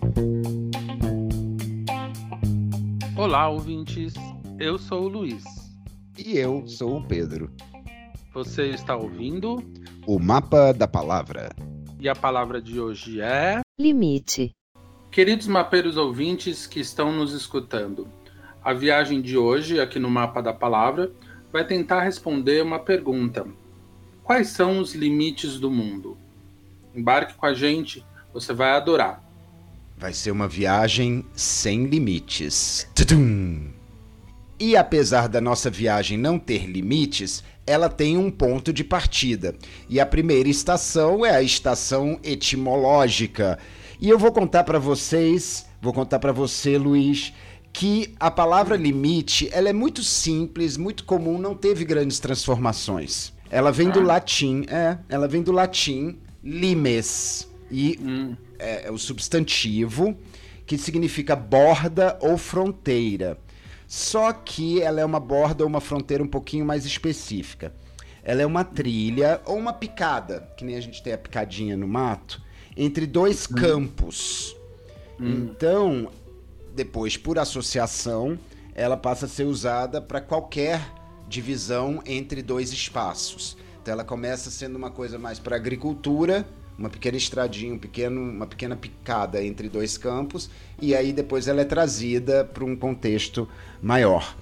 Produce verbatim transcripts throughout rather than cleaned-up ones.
Olá, ouvintes. Eu sou o Luiz. E eu sou o Pedro. Você está ouvindo O Mapa da Palavra. E a palavra de hoje é... limite. Queridos mapeiros ouvintes que estão nos escutando, a viagem de hoje, aqui no Mapa da Palavra, vai tentar responder uma pergunta. Quais são os limites do mundo? Embarque com a gente, você vai adorar. Vai ser uma viagem sem limites. Tudum! E apesar da nossa viagem não ter limites, ela tem um ponto de partida. E a primeira estação é a estação etimológica. E eu vou contar para vocês, vou contar para você, Luiz, que a palavra limite, ela é muito simples, muito comum, não teve grandes transformações. Ela vem do latim, é, ela vem do latim limes. E hum. é, é o substantivo que significa borda ou fronteira. Só que ela é uma borda ou uma fronteira um pouquinho mais específica. Ela é uma trilha ou uma picada, que nem a gente tem a picadinha no mato, entre dois hum. campos. Hum. Então, depois, por associação, ela passa a ser usada para qualquer divisão entre dois espaços. Então, ela começa sendo uma coisa mais para agricultura, uma pequena estradinha, um pequeno, uma pequena picada entre dois campos, e aí depois ela é trazida para um contexto maior.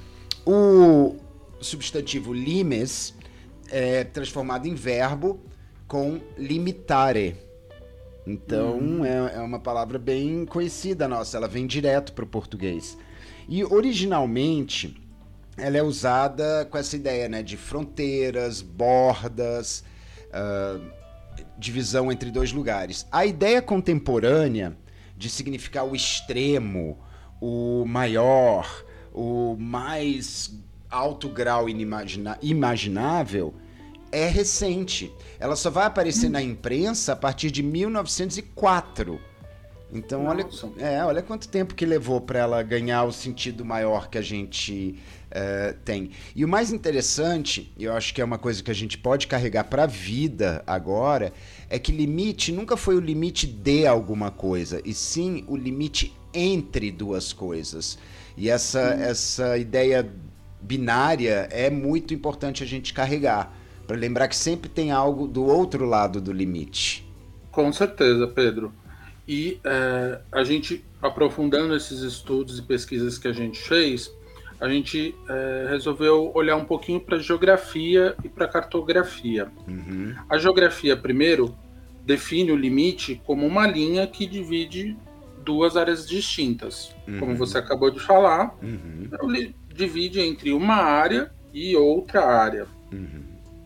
O substantivo limes é transformado em verbo com limitare. Então, hum. é, é uma palavra bem conhecida nossa, ela vem direto para o português. E, originalmente, ela é usada com essa ideia, né, de fronteiras, bordas, uh, divisão entre dois lugares. A ideia contemporânea de significar o extremo, o maior, o mais alto grau inimagina- imaginável, é recente. Ela só vai aparecer hum. na imprensa a partir de mil novecentos e quatro. Então, olha, é, olha quanto tempo que levou para ela ganhar o sentido maior que a gente uh, tem. E o mais interessante, e eu acho que é uma coisa que a gente pode carregar para a vida agora, é que limite nunca foi o limite de alguma coisa, e sim o limite entre duas coisas. E essa, hum. essa ideia binária é muito importante a gente carregar, para lembrar que sempre tem algo do outro lado do limite. Com certeza, Pedro. E é, a gente, aprofundando esses estudos e pesquisas que a gente fez, a gente é, resolveu olhar um pouquinho para a geografia e para a cartografia. Uhum. A geografia, primeiro, define o limite como uma linha que divide duas áreas distintas. Uhum. Como você acabou de falar, uhum. ele divide entre uma área e outra área. Uhum.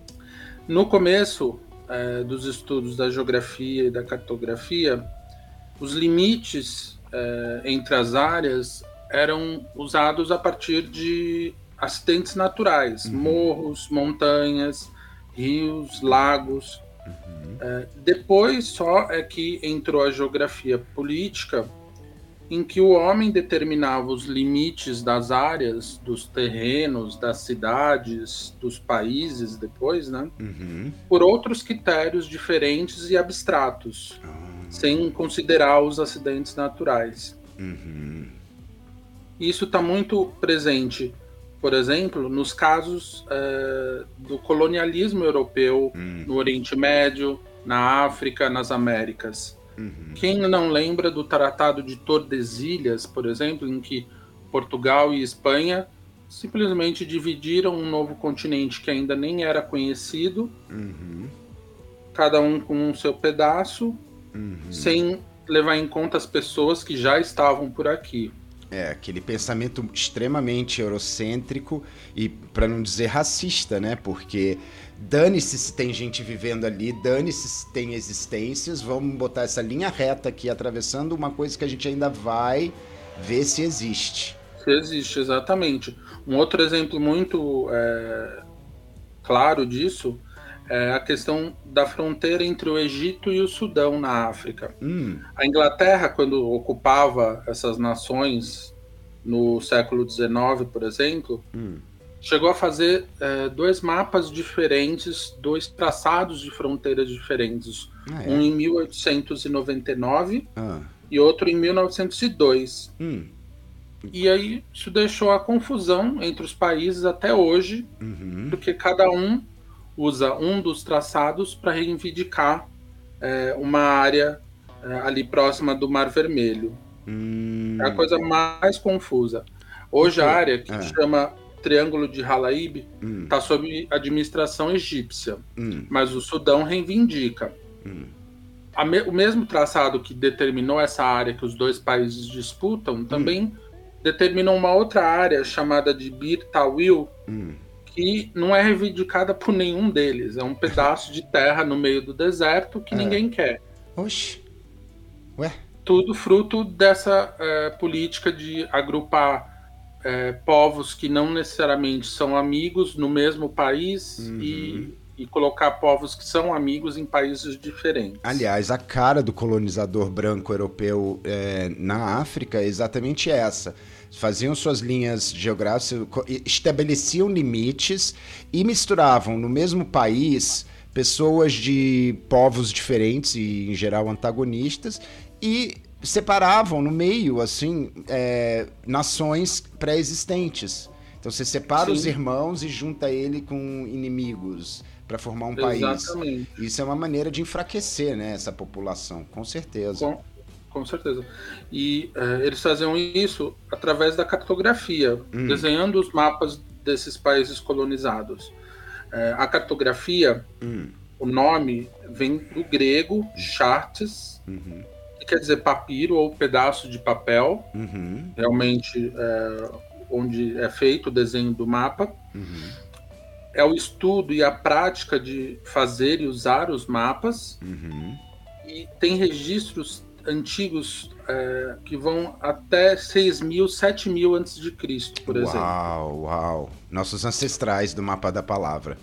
No começo é, dos estudos da geografia e da cartografia, os limites é, entre as áreas eram usados a partir de acidentes naturais, uhum. morros, montanhas, rios, lagos. Uhum. É, depois só é que entrou a geografia política, em que o homem determinava os limites das áreas, dos terrenos, das cidades, dos países depois, né? Uhum. Por outros critérios diferentes e abstratos, uhum. sem considerar os acidentes naturais. Uhum. Isso está muito presente, por exemplo, nos casos é, do colonialismo europeu, uhum. no Oriente Médio, na África, nas Américas. Uhum. Quem não lembra do Tratado de Tordesilhas, por exemplo, em que Portugal e Espanha simplesmente dividiram um novo continente que ainda nem era conhecido, uhum. cada um com o seu pedaço, uhum. sem levar em conta as pessoas que já estavam por aqui. É, aquele pensamento extremamente eurocêntrico e, para não dizer, racista, né? Porque dane-se se tem gente vivendo ali, dane-se se tem existências, vamos botar essa linha reta aqui atravessando uma coisa que a gente ainda vai ver se existe. Se existe, exatamente. Um outro exemplo muito é, claro disso é a questão da fronteira entre o Egito e o Sudão na África. Hum. A Inglaterra, quando ocupava essas nações no século dezenove, por exemplo, hum. chegou a fazer é, dois mapas diferentes, dois traçados de fronteiras diferentes. Ah, é? Um em mil oitocentos e noventa e nove ah. e outro em mil novecentos e dois. Hum. E aí isso deixou a confusão entre os países até hoje, Uhum. porque cada um usa um dos traçados para reivindicar é, uma área é, ali próxima do Mar Vermelho. Hum. É a coisa mais confusa. Hoje a área, que ah. chama Triângulo de Halaíb, está hum. sob administração egípcia, hum. mas o Sudão reivindica. Hum. Me, o mesmo traçado que determinou essa área que os dois países disputam, também hum. determinou uma outra área chamada de Bir Tawil, hum. que não é reivindicada por nenhum deles. É um pedaço de terra no meio do deserto que é. ninguém quer. Oxi. Ué? Tudo fruto dessa é, política de agrupar é, povos que não necessariamente são amigos no mesmo país uhum. e, e colocar povos que são amigos em países diferentes. Aliás, a cara do colonizador branco europeu é, na África é exatamente essa. Faziam suas linhas geográficas, estabeleciam limites e misturavam no mesmo país pessoas de povos diferentes e, em geral, antagonistas, e separavam no meio, assim, é, nações pré-existentes. Então você separa Sim. os irmãos e junta ele com inimigos para formar um Exatamente. país. Isso é uma maneira de enfraquecer, né, essa população, com certeza. Com, com certeza. E é, eles faziam isso através da cartografia, hum. desenhando os mapas desses países colonizados. É, a cartografia, hum. o nome vem do grego chartes, uhum. que quer dizer papiro ou pedaço de papel, uhum. realmente é, onde é feito o desenho do mapa. Uhum. É o estudo e a prática de fazer e usar os mapas. Uhum. E tem registros antigos é, que vão até seis mil, sete mil antes de Cristo, por exemplo. Uau, uau. Nossos ancestrais do mapa da palavra.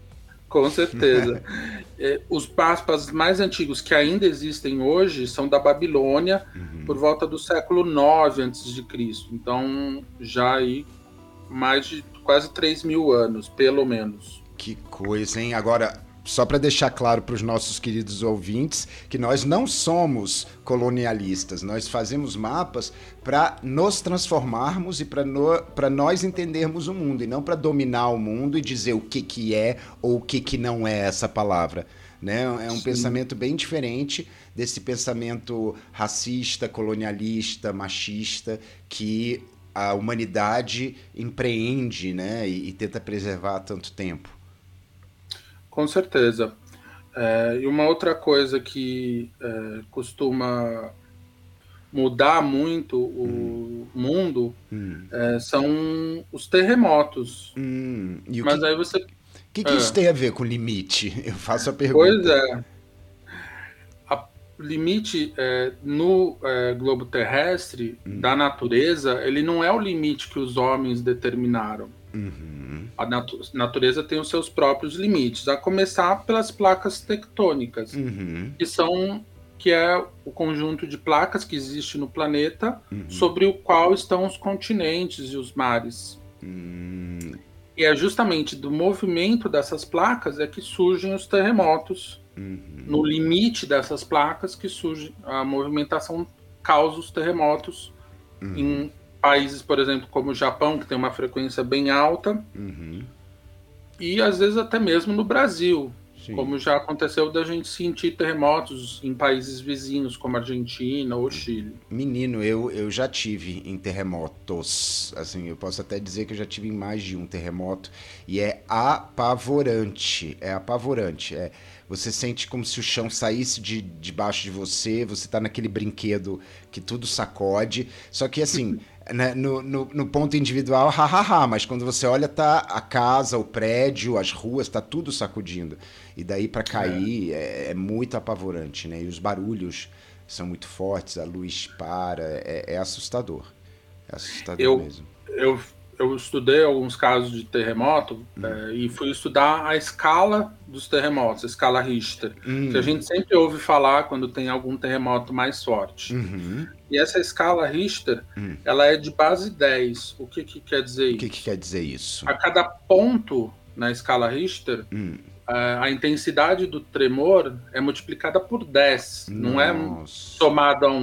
Com certeza. é, os mapas mais antigos que ainda existem hoje são da Babilônia, uhum. por volta do século nove antes de Cristo. Então, já aí mais de quase três mil anos, pelo menos. Que coisa, hein? Agora, só para deixar claro para os nossos queridos ouvintes que nós não somos colonialistas, nós fazemos mapas para nos transformarmos e para no, para nós entendermos o mundo, e não para dominar o mundo e dizer o que, que é ou o que, que não é essa palavra. Né? É um Sim. pensamento bem diferente desse pensamento racista, colonialista, machista que a humanidade empreende, né? e, e tenta preservar há tanto tempo. Com certeza. É, e uma outra coisa que é, costuma mudar muito o hum. mundo hum. É, são os terremotos. Hum. E o Mas que, aí você... O que, que é. isso tem a ver com limite? Eu faço a pergunta. Pois é. O limite é, no é, globo terrestre, hum. da natureza, ele não é o limite que os homens determinaram. Uhum. A natu- natureza tem os seus próprios limites, a começar pelas placas tectônicas, uhum. que são que é o conjunto de placas que existe no planeta, uhum. sobre o qual estão os continentes e os mares. Uhum. E é justamente do movimento dessas placas é que surgem os terremotos. Uhum. No limite dessas placas que surge a movimentação, causa os terremotos uhum. em países, por exemplo, como o Japão, que tem uma frequência bem alta, uhum. e às vezes até mesmo no Brasil, Sim. como já aconteceu da gente sentir terremotos em países vizinhos, como Argentina ou Chile. Menino, eu, eu já tive em terremotos, assim, eu posso até dizer que eu já tive em mais de um terremoto, e é apavorante, é apavorante, é... Você sente como se o chão saísse de debaixo de você, você tá naquele brinquedo que tudo sacode. Só que assim, né, no, no, no ponto individual, hahaha, mas quando você olha, tá a casa, o prédio, as ruas, tá tudo sacudindo. E daí para cair é. É, é muito apavorante, né? E os barulhos são muito fortes, a luz para, é, é assustador. É assustador eu, mesmo. Eu... Eu estudei alguns casos de terremoto hum. é, e fui estudar a escala dos terremotos, a escala Richter, hum. que a gente sempre ouve falar quando tem algum terremoto mais forte. Uhum. E essa escala Richter, hum. ela é de base dez. O que, que quer dizer isso? O que, que quer dizer isso? A cada ponto na escala Richter, hum. a, a intensidade do tremor é multiplicada por dez. Nossa. Não é somada a um.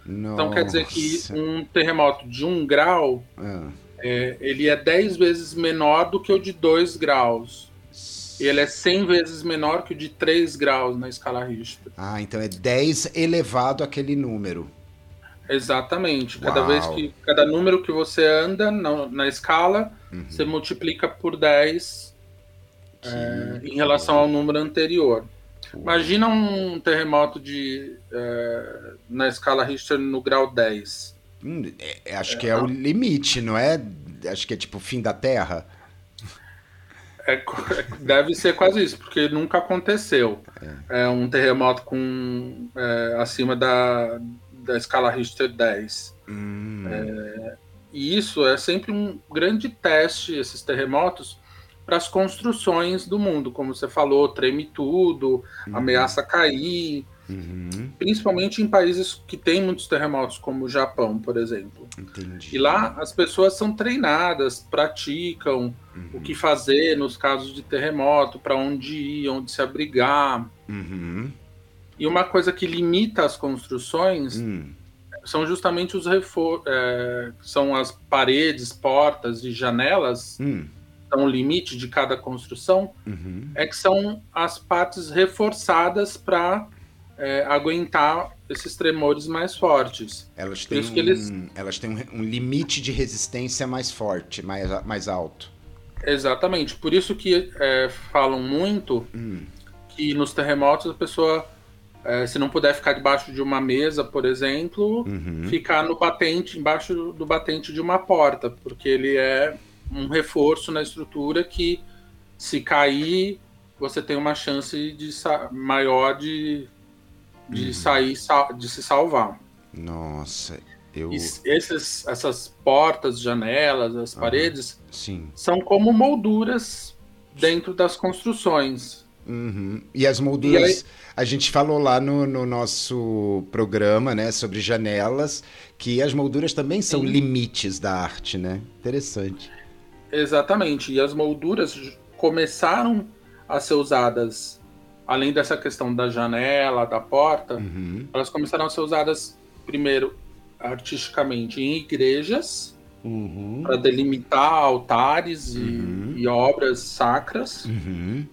Nossa. Então quer dizer que um terremoto de um grau, ah. é, ele é dez vezes menor do que o de dois graus. E ele é cem vezes menor que o de três graus na escala Richter. Ah, então é dez elevado àquele número. Exatamente. Cada Uau. vez que cada número que você anda na, na escala, uhum. você multiplica por dez é, em relação ao número anterior. Uau. Imagina um terremoto de, é, na escala Richter no grau dez. Hum, é, acho é, que é não. o limite, não é? Acho que é tipo o fim da Terra. É, deve ser quase isso, porque nunca aconteceu. É, é um terremoto com é, acima da, da escala Richter dez. Hum. É, e isso é sempre um grande teste, esses terremotos, para as construções do mundo. Como você falou, treme tudo, uhum. ameaça cair. Uhum. Principalmente em países que têm muitos terremotos, como o Japão, por exemplo. Entendi. E lá as pessoas são treinadas, praticam uhum. o que fazer nos casos de terremoto, para onde ir, onde se abrigar. Uhum. E uma coisa que limita as construções uhum. são justamente os refor- é, são as paredes, portas e janelas. Uhum. Então o limite de cada construção uhum. é que são as partes reforçadas para É, aguentar esses tremores mais fortes. Elas têm, um, eles... elas têm um, um limite de resistência mais forte, mais, mais alto. Exatamente. Por isso que é, falam muito hum. que nos terremotos a pessoa, é, se não puder ficar debaixo de uma mesa, por exemplo, uhum. ficar no batente, embaixo do batente de uma porta, porque ele é um reforço na estrutura que, se cair, você tem uma chance de maior de de uhum. sair, de se salvar. Nossa, eu... E esses, essas portas, janelas, as paredes, uhum. Sim. são como molduras dentro das construções. Uhum. E as molduras, e aí... a gente falou lá no, no nosso programa, né, sobre janelas, que as molduras também são Sim. limites da arte, né? Interessante. Exatamente, e as molduras começaram a ser usadas, além dessa questão da janela, da porta, uhum. elas começaram a ser usadas, primeiro, artisticamente em igrejas, uhum. para delimitar altares uhum. e, e obras sacras. Uhum.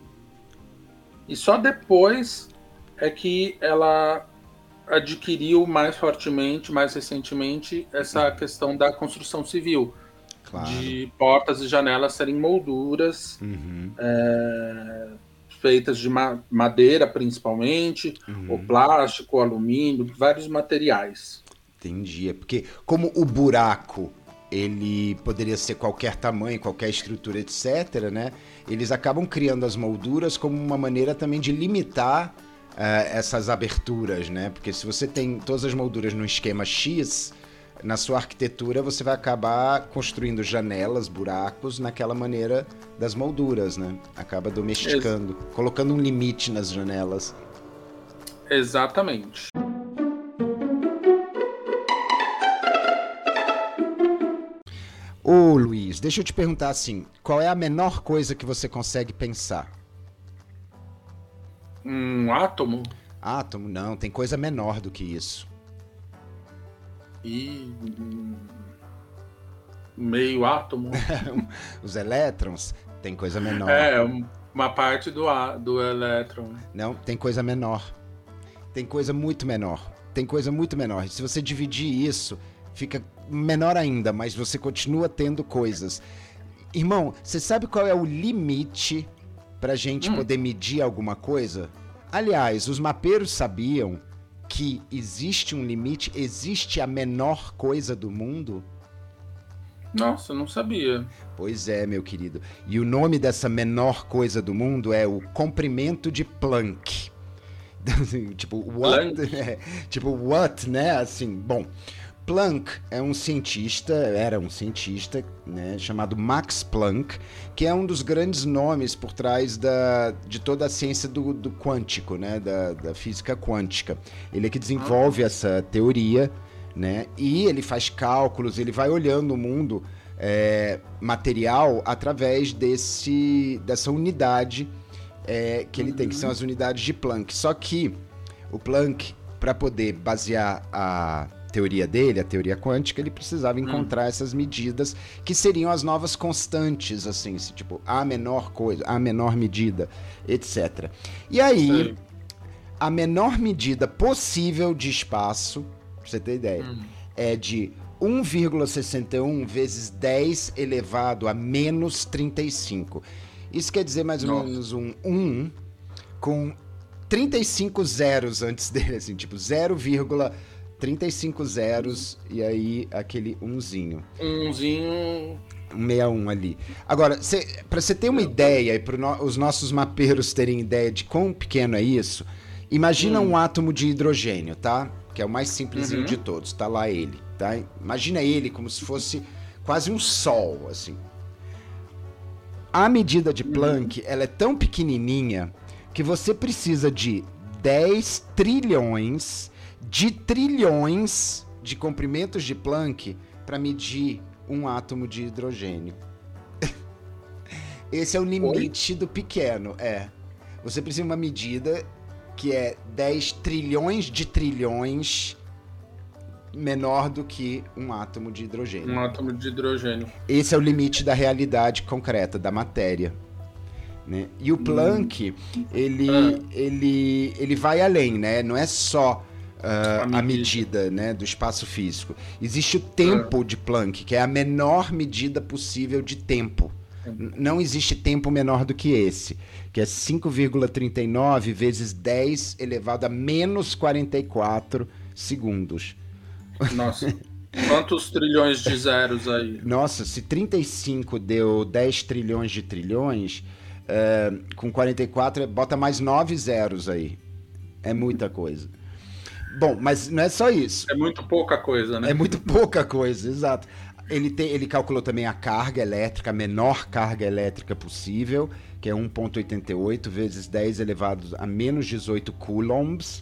E só depois é que ela adquiriu mais fortemente, mais recentemente, essa questão da construção civil. Claro. De portas e janelas serem molduras, uhum. é... feitas de ma- madeira, principalmente, uhum. ou plástico, ou alumínio, vários materiais. Entendi. É porque, como o buraco, ele poderia ser qualquer tamanho, qualquer estrutura, etcétera, né? Eles acabam criando as molduras como uma maneira também de limitar uh, essas aberturas, né? Porque se você tem todas as molduras no esquema X, na sua arquitetura você vai acabar construindo janelas, buracos, naquela maneira das molduras, né? Acaba domesticando, Ex- colocando um limite nas janelas. Exatamente. Ô Luiz, deixa eu te perguntar assim, qual é a menor coisa que você consegue pensar? Um átomo? Átomo? Não, tem coisa menor do que isso. E meio átomo. Os elétrons, tem coisa menor. É, uma parte do, do elétron. Não, tem coisa menor. Tem coisa muito menor. Tem coisa muito menor. Se você dividir isso, fica menor ainda, mas você continua tendo coisas. Irmão, você sabe qual é o limite pra gente hum. poder medir alguma coisa? Aliás, os mapeiros sabiam que existe um limite, existe a menor coisa do mundo? Nossa, eu não sabia. Pois é, meu querido. E o nome dessa menor coisa do mundo é o comprimento de Planck. tipo, what? Planck? É, tipo, what, né? Assim, bom... Planck é um cientista, era um cientista, né, chamado Max Planck, que é um dos grandes nomes por trás da, de toda a ciência do, do quântico, né, da, da física quântica. Ele é que desenvolve essa teoria, né, e ele faz cálculos, ele vai olhando o mundo é, material através desse, dessa unidade é, que ele tem, que são as unidades de Planck. Só que o Planck, para poder basear a teoria dele, a teoria quântica, ele precisava encontrar hum. essas medidas que seriam as novas constantes, assim, tipo, a menor coisa, a menor medida, etcétera. E aí, Sim. a menor medida possível de espaço, pra você ter ideia, hum. é de um vírgula sessenta e um vezes dez elevado a menos trinta e cinco. Isso quer dizer mais ou Nossa. menos um um com trinta e cinco zeros antes dele, assim, tipo zero vírgula trinta e cinco zeros e aí aquele umzinho. Umzinho... um sessenta e um ali. Agora, cê, pra você ter uma ideia e para no, os nossos mapeiros terem ideia de quão pequeno é isso, imagina hum. um átomo de hidrogênio, tá? Que é o mais simplesinho uhum. de todos, tá lá ele, tá? Imagina ele como se fosse quase um sol, assim. A medida de Planck, uhum. ela é tão pequenininha que você precisa de dez trilhões de trilhões de comprimentos de Planck para medir um átomo de hidrogênio. Esse é o limite Oi? do pequeno, é. Você precisa de uma medida que é dez trilhões de trilhões menor do que um átomo de hidrogênio. Um átomo de hidrogênio. Esse é o limite da realidade concreta, da matéria. Né? E o Planck, hum. ele, ah. ele, ele vai além, né? Não é só uh, a medida, a medida né, do espaço físico. Existe o tempo ah. de Planck, que é a menor medida possível de tempo. Hum. Não existe tempo menor do que esse, que é cinco vírgula trinta e nove vezes dez elevado a menos quarenta e quatro segundos. Nossa, quantos trilhões de zeros aí? Nossa, se trinta e cinco deu dez trilhões de trilhões... Uh, com quarenta e quatro, bota mais nove zeros aí. É muita coisa. Bom, mas não é só isso. É muito pouca coisa, né? É muito pouca coisa, exato. Ele, tem, ele calculou também a carga elétrica, a menor carga elétrica possível, que é um vírgula oitenta e oito vezes dez elevado a menos dezoito coulombs.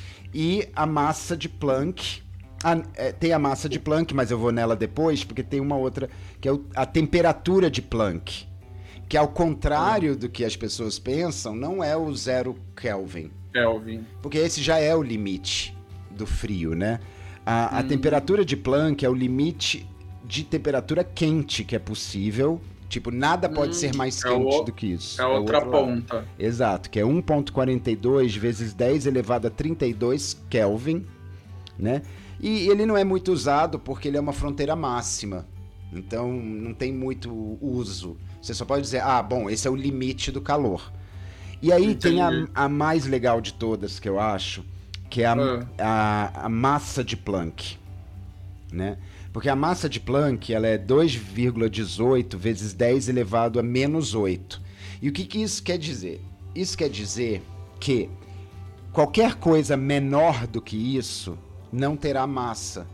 E a massa de Planck. Ah, é, tem a massa de Planck, mas eu vou nela depois, porque tem uma outra, que é o, a temperatura de Planck. Que ao contrário do que as pessoas pensam, não é o zero Kelvin. Kelvin. Porque esse já é o limite do frio, né? A, a hum. temperatura de Planck é o limite de temperatura quente que é possível. Tipo, nada pode hum. ser mais é quente o, do que isso. É, é outra ponta. Lado. Exato, que é um vírgula quarenta e dois vezes dez elevado a trinta e dois Kelvin, né? E ele não é muito usado porque ele é uma fronteira máxima. Então, não tem muito uso. Você só pode dizer, ah, bom, esse é o limite do calor. E aí Entendi. tem a, a mais legal de todas, que eu acho, que é a, ah. a, a massa de Planck, né? Porque a massa de Planck, ela é dois vírgula dezoito vezes dez elevado a menos oito. E o que, que isso quer dizer? Isso quer dizer que qualquer coisa menor do que isso não terá massa.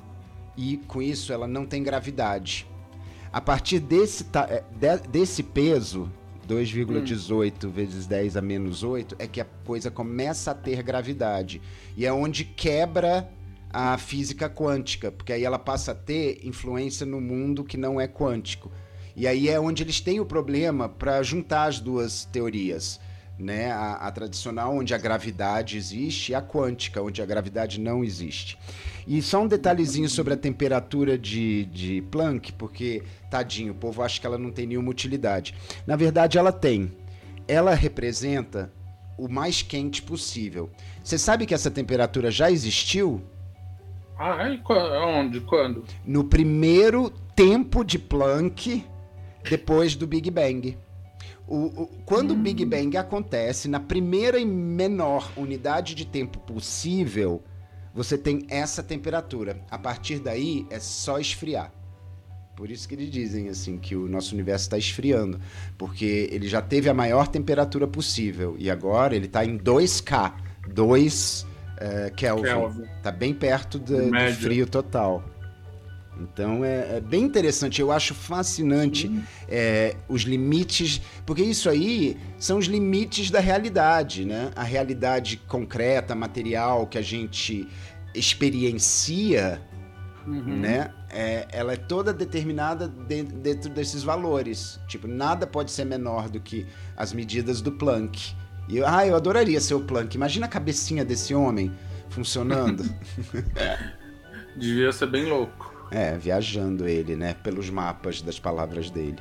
E com isso ela não tem gravidade. A partir desse, desse peso, dois vírgula dezoito hum. vezes dez a menos oito, é que a coisa começa a ter gravidade. E é onde quebra a física quântica, porque aí ela passa a ter influência no mundo que não é quântico. E aí é onde eles têm o problema para juntar as duas teorias, né? A, a tradicional, onde a gravidade existe, e a quântica, onde a gravidade não existe. E só um detalhezinho sobre a temperatura de, de Planck, porque, tadinho, o povo acha que ela não tem nenhuma utilidade. Na verdade, ela tem. Ela representa o mais quente possível. Você sabe que essa temperatura já existiu? Ah, e onde? Quando? No primeiro tempo de Planck, depois do Big Bang. O, o, quando hum. o Big Bang acontece, na primeira e menor unidade de tempo possível, você tem essa temperatura. A partir daí, é só esfriar. Por isso que eles dizem assim que o nosso universo está esfriando, porque ele já teve a maior temperatura possível e agora ele está em dois K, dois uh, Kelvin. Está bem perto do, do frio total. Então é, é bem interessante, eu acho fascinante é, os limites, porque isso aí são os limites da realidade, né? A realidade concreta, material que a gente experiencia, uhum. né? É, ela é toda determinada de, dentro desses valores. Tipo, nada pode ser menor do que as medidas do Planck. E eu, ah, eu adoraria ser o Planck. Imagina a cabecinha desse homem funcionando. Devia ser bem louco. É, viajando ele, né? Pelos mapas das palavras dele.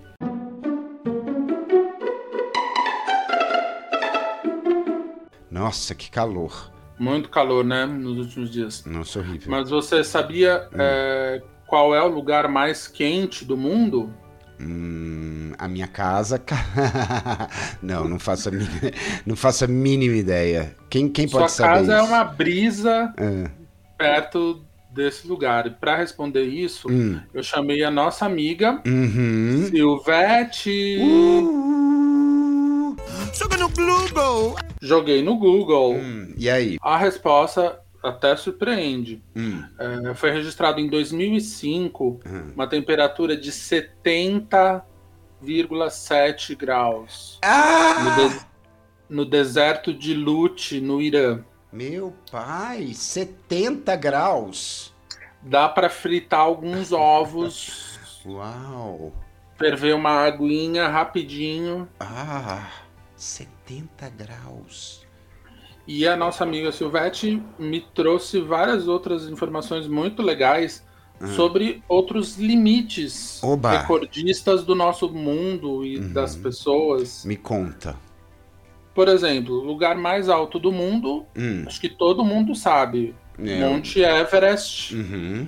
Nossa, que calor. Muito calor, né? Nos últimos dias. Nossa, horrível. Mas você sabia hum. é, qual é o lugar mais quente do mundo? Hum, a minha casa. não, não faço a, mínima, não faço a mínima ideia. Quem, quem pode Sua saber isso? Sua casa é uma brisa é. perto desse lugar. E para responder isso, hum. eu chamei a nossa amiga uhum. Silvete. Uh! Joga no Google! Joguei no Google. Hum, e aí? A resposta até surpreende. Hum. É, foi registrado em dois mil e cinco hum. uma temperatura de setenta vírgula sete graus ah! no, de- no deserto de Lut, no Irã. Meu pai, setenta graus. Dá para fritar alguns ovos. Uau! Ferver uma aguinha rapidinho. Ah, setenta graus. E a nossa amiga Silvete me trouxe várias outras informações muito legais hum. sobre outros limites Oba. recordistas do nosso mundo e uhum. das pessoas. Me conta. Por exemplo, o lugar mais alto do mundo, hum. acho que todo mundo sabe, é. Monte Everest, uhum.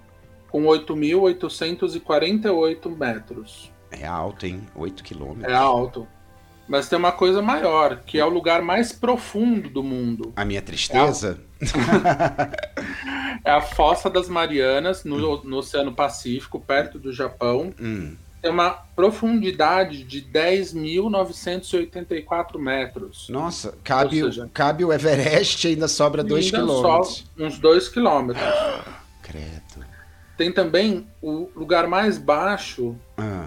com oito mil oitocentos e quarenta e oito metros. É alto, hein? oito quilômetros. É alto. Mas tem uma coisa maior, que é o lugar mais profundo do mundo. A minha tristeza? É a, é a Fossa das Marianas, no, hum. no Oceano Pacífico, perto do Japão. Hum. Tem uma profundidade de dez mil novecentos e oitenta e quatro metros. Nossa, cabe, seja, cabe o Everest e ainda sobra dois quilômetros. Só uns dois quilômetros. Credo. Tem também o lugar mais baixo ah.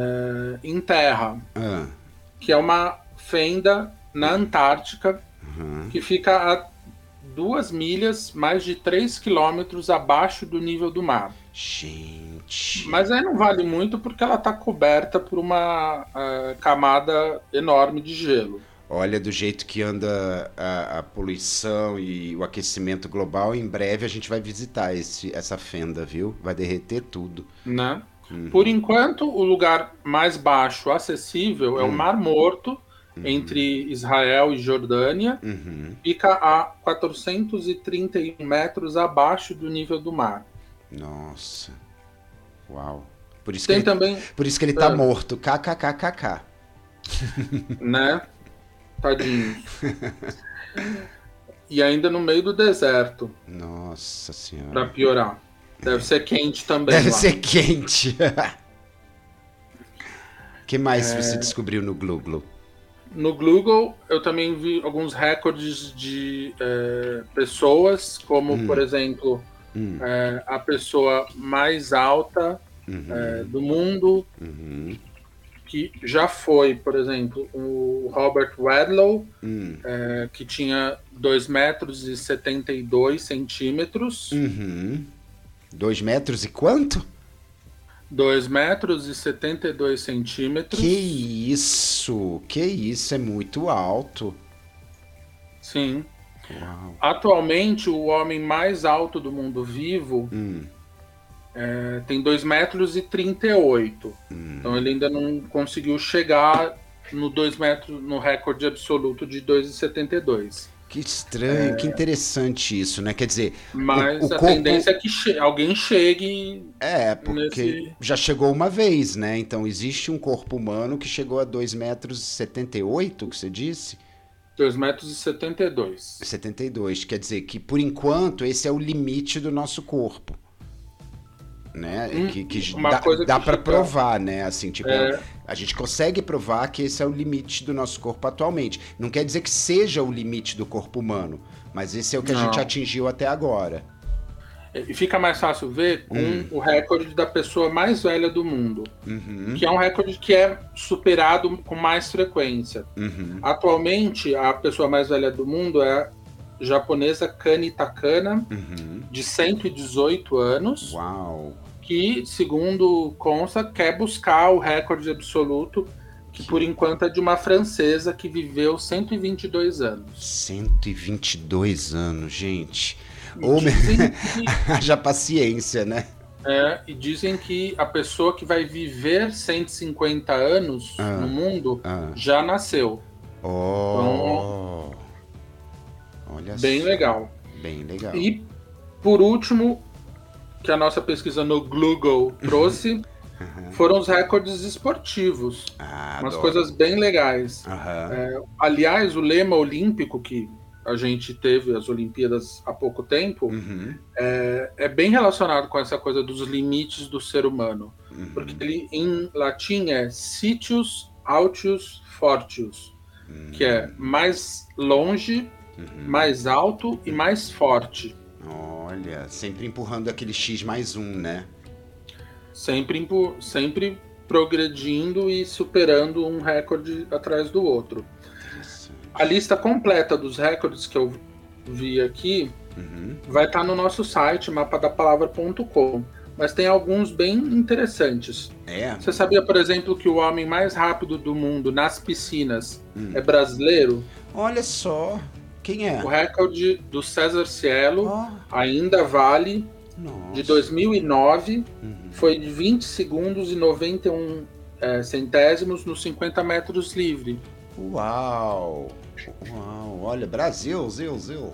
é, em terra. Ah. Que é uma fenda na Antártica, uhum. que fica a duas milhas, mais de três quilômetros abaixo do nível do mar. Gente... Mas aí não vale muito porque ela está coberta por uma uh, camada enorme de gelo. Olha, do jeito que anda a, a poluição e o aquecimento global, em breve a gente vai visitar esse, essa fenda, viu? Vai derreter tudo. Né? Uhum. Por enquanto, o lugar mais baixo acessível uhum. é o Mar Morto, uhum. entre Israel e Jordânia. Uhum. Fica a quatrocentos e trinta e um metros abaixo do nível do mar. Nossa. Uau. Por isso Tem que ele, também, por isso que ele tá é, morto. KKKKK. Né? Tadinho. E ainda no meio do deserto. Nossa Senhora. Pra piorar. Deve ser quente também. Deve lá. ser quente. O que mais é... você descobriu no Google? No Google eu também vi alguns recordes de é, pessoas, como hum. por exemplo hum. é, a pessoa mais alta uhum. é, do mundo, uhum. que já foi, por exemplo, o Robert Wadlow, hum. é, que tinha dois metros e setenta e dois centímetros. Uhum. dois metros e quanto? dois metros e setenta e dois centímetros. Que isso! Que isso! É muito alto. Sim. Uau. Atualmente, o homem mais alto do mundo vivo hum. é, tem dois metros e trinta e oito. Hum. Então ele ainda não conseguiu chegar no dois metros, no recorde absoluto de dois metros e setenta e dois. Que estranho, é... que interessante isso, né? Quer dizer, mas o, o a corpo... tendência é que che... alguém chegue. É, porque nesse... já chegou uma vez, né? Então existe um corpo humano que chegou a dois metros e setenta e oito, que você disse? dois metros e setenta e dois. setenta e dois, quer dizer que por enquanto esse é o limite do nosso corpo. Né? Hum, que que uma dá, coisa dá que para fica... provar, né? Assim, tipo, é... a gente consegue provar que esse é o limite do nosso corpo atualmente. Não quer dizer que seja o limite do corpo humano, mas esse é o que Não. a gente atingiu até agora. E fica mais fácil ver com hum. o recorde da pessoa mais velha do mundo, uhum. que é um recorde que é superado com mais frequência. Uhum. Atualmente, a pessoa mais velha do mundo é a japonesa Kani Takana, uhum. de cento e dezoito anos. Uau! Que, segundo consta, quer buscar o recorde absoluto, que por enquanto é de uma francesa que viveu cento e vinte e dois anos. cento e vinte e dois anos, gente. Ou dizem que, haja paciência, né? é, e dizem que a pessoa que vai viver cento e cinquenta anos Ah, no mundo ah. já nasceu. Oh, olha Bem só. legal. Bem legal. E, por último, que a nossa pesquisa no Google trouxe, Uhum. foram os recordes esportivos. Ah, Umas adoro. coisas bem legais. Aham. É, aliás, o lema olímpico que a gente teve as Olimpíadas há pouco tempo Uhum. é, é bem relacionado com essa coisa dos limites do ser humano. Uhum. Porque ele, em latim, é Sitius Altius Fortius, Uhum. que é mais longe, Uhum. mais alto e mais forte. Olha, sempre empurrando aquele X mais um, né? Sempre, impu- sempre progredindo e superando um recorde atrás do outro. Interessante. A lista completa dos recordes que eu vi aqui Uhum. vai estar no nosso site, mapadapalavra ponto com. Mas tem alguns bem interessantes. É? Você sabia, por exemplo, que o homem mais rápido do mundo nas piscinas Hum. é brasileiro? Olha só. Quem é? O recorde do César Cielo Oh, ainda vale, nossa. de dois mil e nove, Uhum. foi de vinte segundos e noventa e um é, centésimos nos cinquenta metros livre. Uau! Uau! Olha, Brasil, Zil, Zil.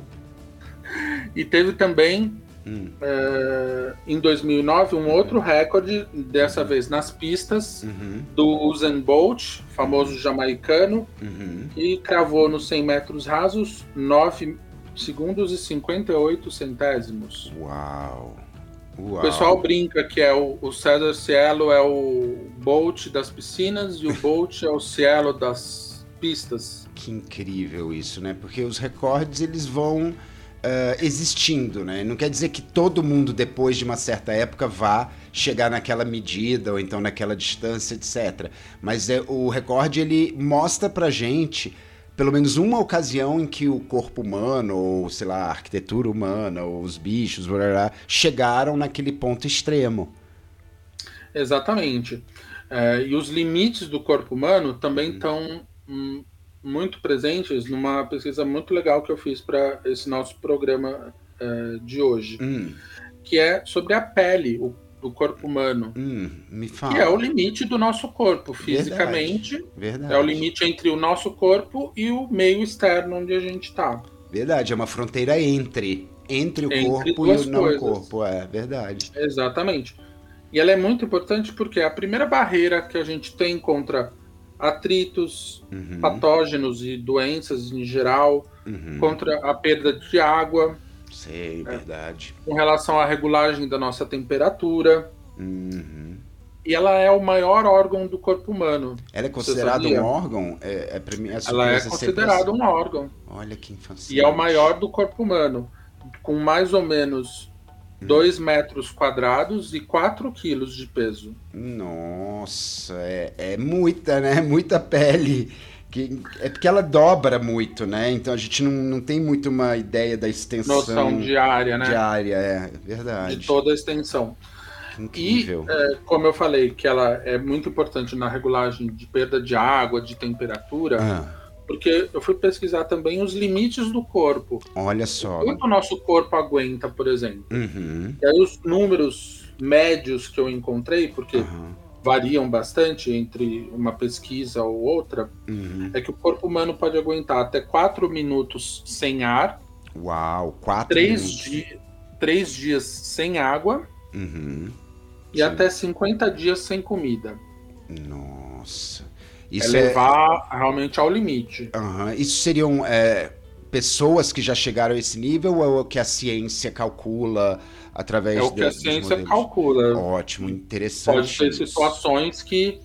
E teve também, Hum. é, em dois mil e nove, um outro recorde, dessa vez nas pistas, Uhum. do Usain Bolt, famoso jamaicano, Uhum. que cravou nos cem metros rasos nove segundos e cinquenta e oito centésimos. Uau! Uau! O pessoal brinca que é o, o César Cielo é o Bolt das piscinas e o Bolt é o Cielo das pistas. Que incrível isso, né? Porque os recordes, eles vão Uh, existindo, né? Não quer dizer que todo mundo, depois de uma certa época, vá chegar naquela medida ou então naquela distância, etcétera. Mas é, o recorde, ele mostra pra gente pelo menos uma ocasião em que o corpo humano, ou sei lá, a arquitetura humana, ou os bichos, blá, blá, blá, chegaram naquele ponto extremo. Exatamente. É, e os limites do corpo humano também estão hum, muito presentes numa pesquisa muito legal que eu fiz para esse nosso programa é, de hoje, Hum. que é sobre a pele o, do corpo humano, hum, me fala. que é o limite do nosso corpo, fisicamente. Verdade. Verdade. É o limite entre o nosso corpo e o meio externo onde a gente está. Verdade, é uma fronteira entre, entre o Entre corpo e o duas não coisas. corpo, é verdade. Exatamente. E ela é muito importante porque é a primeira barreira que a gente tem contra atritos, Uhum. patógenos e doenças em geral, Uhum. contra a perda de água, Sei, verdade. com relação à regulagem da nossa temperatura. Uhum. E ela é o maior órgão do corpo humano. Ela é Você considerada sabia? um órgão? É, é pra mim, é Ela é surpresa considerada sempre um órgão. assim. Olha que fascinante. E é o maior do corpo humano, com mais ou menos dois metros quadrados e quatro quilos de peso. Nossa, é, é muita, né? Muita pele. Que, é porque ela dobra muito, né? Então a gente não, não tem muito uma ideia da extensão Noção de área, né? de área, é verdade. De toda a extensão. Que incrível. E, é, como eu falei, que ela é muito importante na regulagem de perda de água, de temperatura, Ah, porque eu fui pesquisar também os limites do corpo. olha só. Quanto o nosso corpo aguenta, por exemplo. Uhum, E aí os números médios que eu encontrei, porque uhum, variam bastante entre uma pesquisa ou outra, uhum. é que o corpo humano pode aguentar até quatro minutos sem ar, Uau, quatro três, minutos. di- três dias sem água Uhum. e Sim. até cinquenta dias sem comida. Nossa. É Isso é, levar realmente ao limite. Aham. Isso seriam é, pessoas que já chegaram a esse nível ou é o que a ciência calcula através É o que da- a dos ciência modelos? calcula. Ótimo, interessante. Pode ter isso. situações que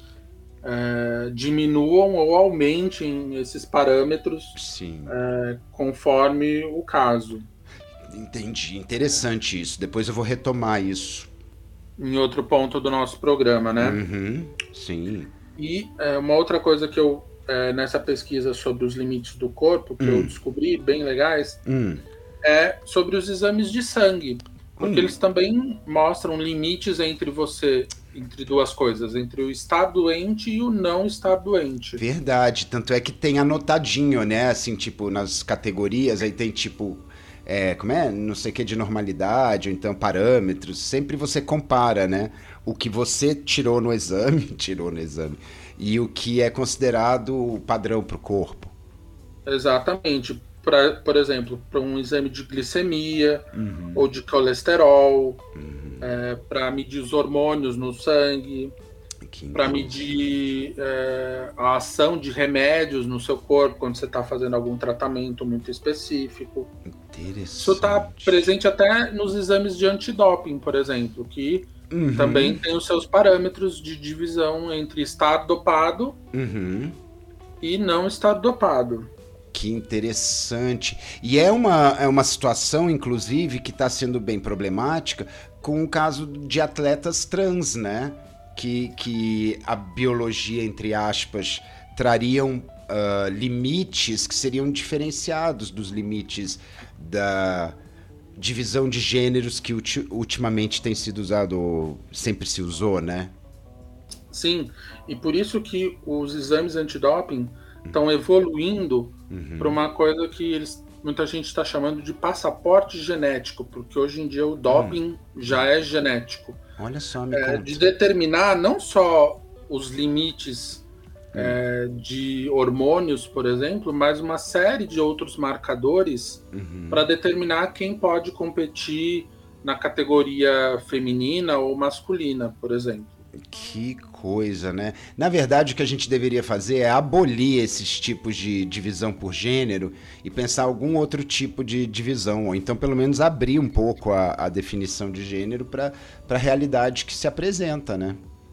é, diminuam ou aumentem esses parâmetros Sim, é, conforme o caso. entendi. Interessante isso. Depois eu vou retomar isso. Em outro ponto do nosso programa, né? Uhum. Sim. E é, uma outra coisa que eu, é, nessa pesquisa sobre os limites do corpo, que eu Hum. descobri, bem legais, Hum. é sobre os exames de sangue. Porque Hum. eles também mostram limites entre você, entre duas coisas, entre o estar doente e o não estar doente. Verdade. Tanto é que tem anotadinho, né? Assim, tipo, nas categorias, aí tem tipo. é, como é? Não sei o que de normalidade, ou então parâmetros. Sempre você compara, né? O que você tirou no exame, tirou no exame, e o que é considerado padrão para o corpo. Exatamente. Pra, por exemplo, para um exame de glicemia uhum. ou de colesterol, uhum. é, para medir os hormônios no sangue, para medir é, a ação de remédios no seu corpo quando você está fazendo algum tratamento muito específico. Interessante. Isso está presente até nos exames de antidoping, por exemplo, que uhum. também tem os seus parâmetros de divisão entre estar dopado uhum. e não estar dopado. Que interessante. E é uma, é uma situação, inclusive, que está sendo bem problemática com o caso de atletas trans, né? Que, que a biologia, entre aspas, trariam uh, limites que seriam diferenciados dos limites da divisão de gêneros que ulti- ultimamente tem sido usado, sempre se usou, né? Sim, e por isso que os exames antidoping estão evoluindo uhum. para uma coisa que eles, muita gente está chamando de passaporte genético, porque hoje em dia o doping uhum. já é genético. Olha só, me é, de determinar não só os limites uhum. é, de hormônios, por exemplo, mas uma série de outros marcadores uhum. para determinar quem pode competir na categoria feminina ou masculina, por exemplo. Que coisa, né? Na verdade, o que a gente deveria fazer é abolir esses tipos de divisão por gênero e pensar algum outro tipo de divisão, ou então pelo menos abrir um pouco a, a definição de gênero para a realidade que se apresenta, né?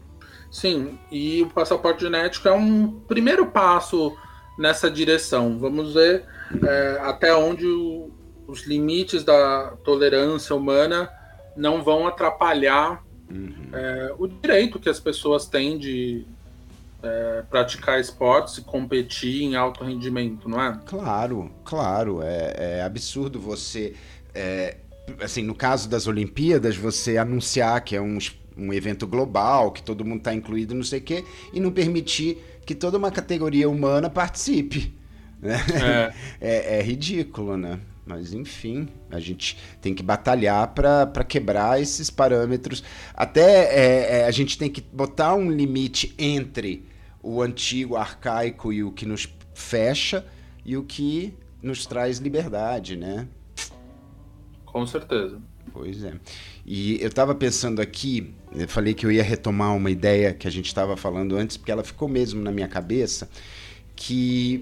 Sim, e o passaporte genético é um primeiro passo nessa direção. Vamos ver é, até onde o, os limites da tolerância humana não vão atrapalhar Uhum. É, o direito que as pessoas têm de é, praticar esportes e competir em alto rendimento, não é? Claro, claro. É, é absurdo você, é, assim, no caso das Olimpíadas, você anunciar que é um, um evento global, que todo mundo está incluído, não sei o quê, e não permitir que toda uma categoria humana participe. Né? É. É, é ridículo, né? Mas, enfim, a gente tem que batalhar para quebrar esses parâmetros. Até é, é, a gente tem que botar um limite entre o antigo, arcaico e o que nos fecha e o que nos traz liberdade, né? Com certeza. Pois é. E eu estava pensando aqui, eu falei que eu ia retomar uma ideia que a gente estava falando antes, porque ela ficou mesmo na minha cabeça, que...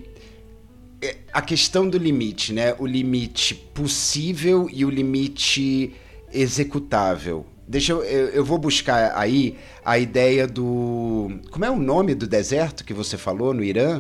a questão do limite, né? O limite possível e o limite executável. Deixa eu, eu, eu vou buscar aí a ideia do... Como é o nome do deserto que você falou no Irã?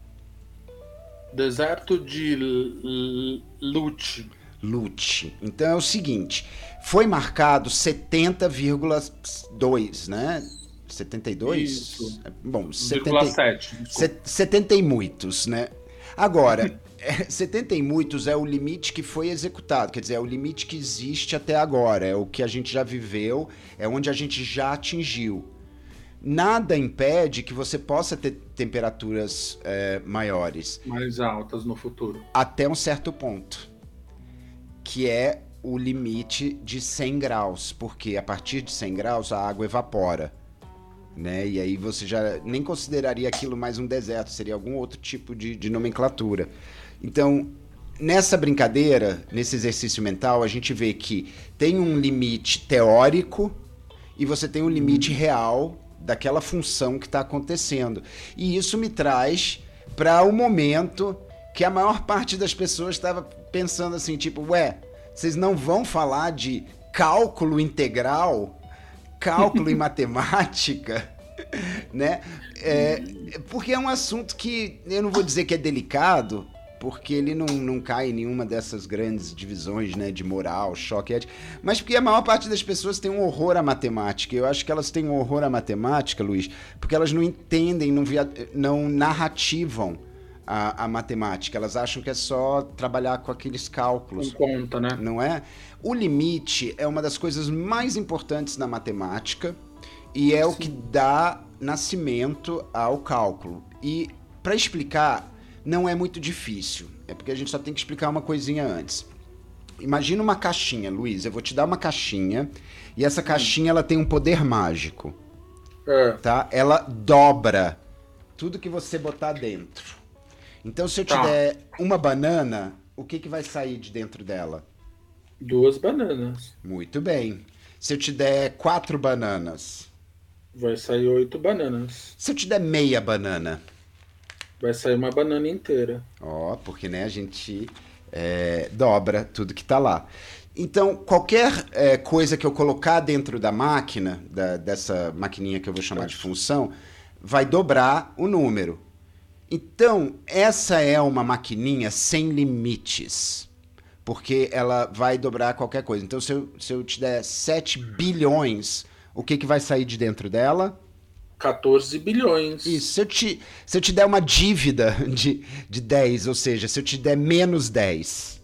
Deserto de Lute. Lute. Então é o seguinte, foi marcado setenta vírgula dois, né? setenta e dois? Isso. Bom, setenta, sete, setenta e muitos, né? Agora, setenta e muitos é o limite que foi executado, quer dizer, é o limite que existe até agora, é o que a gente já viveu, é onde a gente já atingiu. Nada impede que você possa ter temperaturas é, maiores. Mais altas no futuro. Até um certo ponto, que é o limite de cem graus, porque a partir de cem graus a água evapora. Né? E aí você já nem consideraria aquilo mais um deserto, seria algum outro tipo de, de nomenclatura. Então, nessa brincadeira, nesse exercício mental, a gente vê que tem um limite teórico e você tem um limite real daquela função que está acontecendo. E isso me traz para o momento que a maior parte das pessoas estava pensando assim, tipo, ué, vocês não vão falar de cálculo integral? Cálculo e matemática, né? É, porque é um assunto que eu não vou dizer que é delicado, porque ele não, não cai em nenhuma dessas grandes divisões, né, de moral, choque, ético, mas porque a maior parte das pessoas tem um horror à matemática. Eu acho que elas têm um horror à matemática, Luiz, porque elas não entendem, não, via, não narrativam a, a matemática. Elas acham que é só trabalhar com aqueles cálculos. Com conta, né? Não é? O limite é uma das coisas mais importantes na matemática e é Sim. o que dá nascimento ao cálculo. E para explicar, não é muito difícil. É porque a gente só tem que explicar uma coisinha antes. imagina uma caixinha, Luiz, eu vou te dar uma caixinha, e essa caixinha ela tem um poder mágico, É. tá? Ela dobra tudo que você botar dentro. Então, se eu te Tá. der uma banana, o que, que vai sair de dentro dela? Duas bananas. Muito bem. Se eu te der quatro bananas, Vai sair oito bananas. se eu te der meia banana, Vai sair uma banana inteira. ó, porque né, a gente é, dobra tudo que tá lá. Então, qualquer é, coisa que eu colocar dentro da máquina, da- dessa maquininha que eu vou chamar de função, vai dobrar o número. Então, essa é uma maquininha sem limites, porque ela vai dobrar qualquer coisa. Então, se eu, se eu te der sete bilhões, o que, que vai sair de dentro dela? quatorze bilhões. Isso, se eu te, se eu te der uma dívida de, de dez, ou seja, se eu te der menos dez,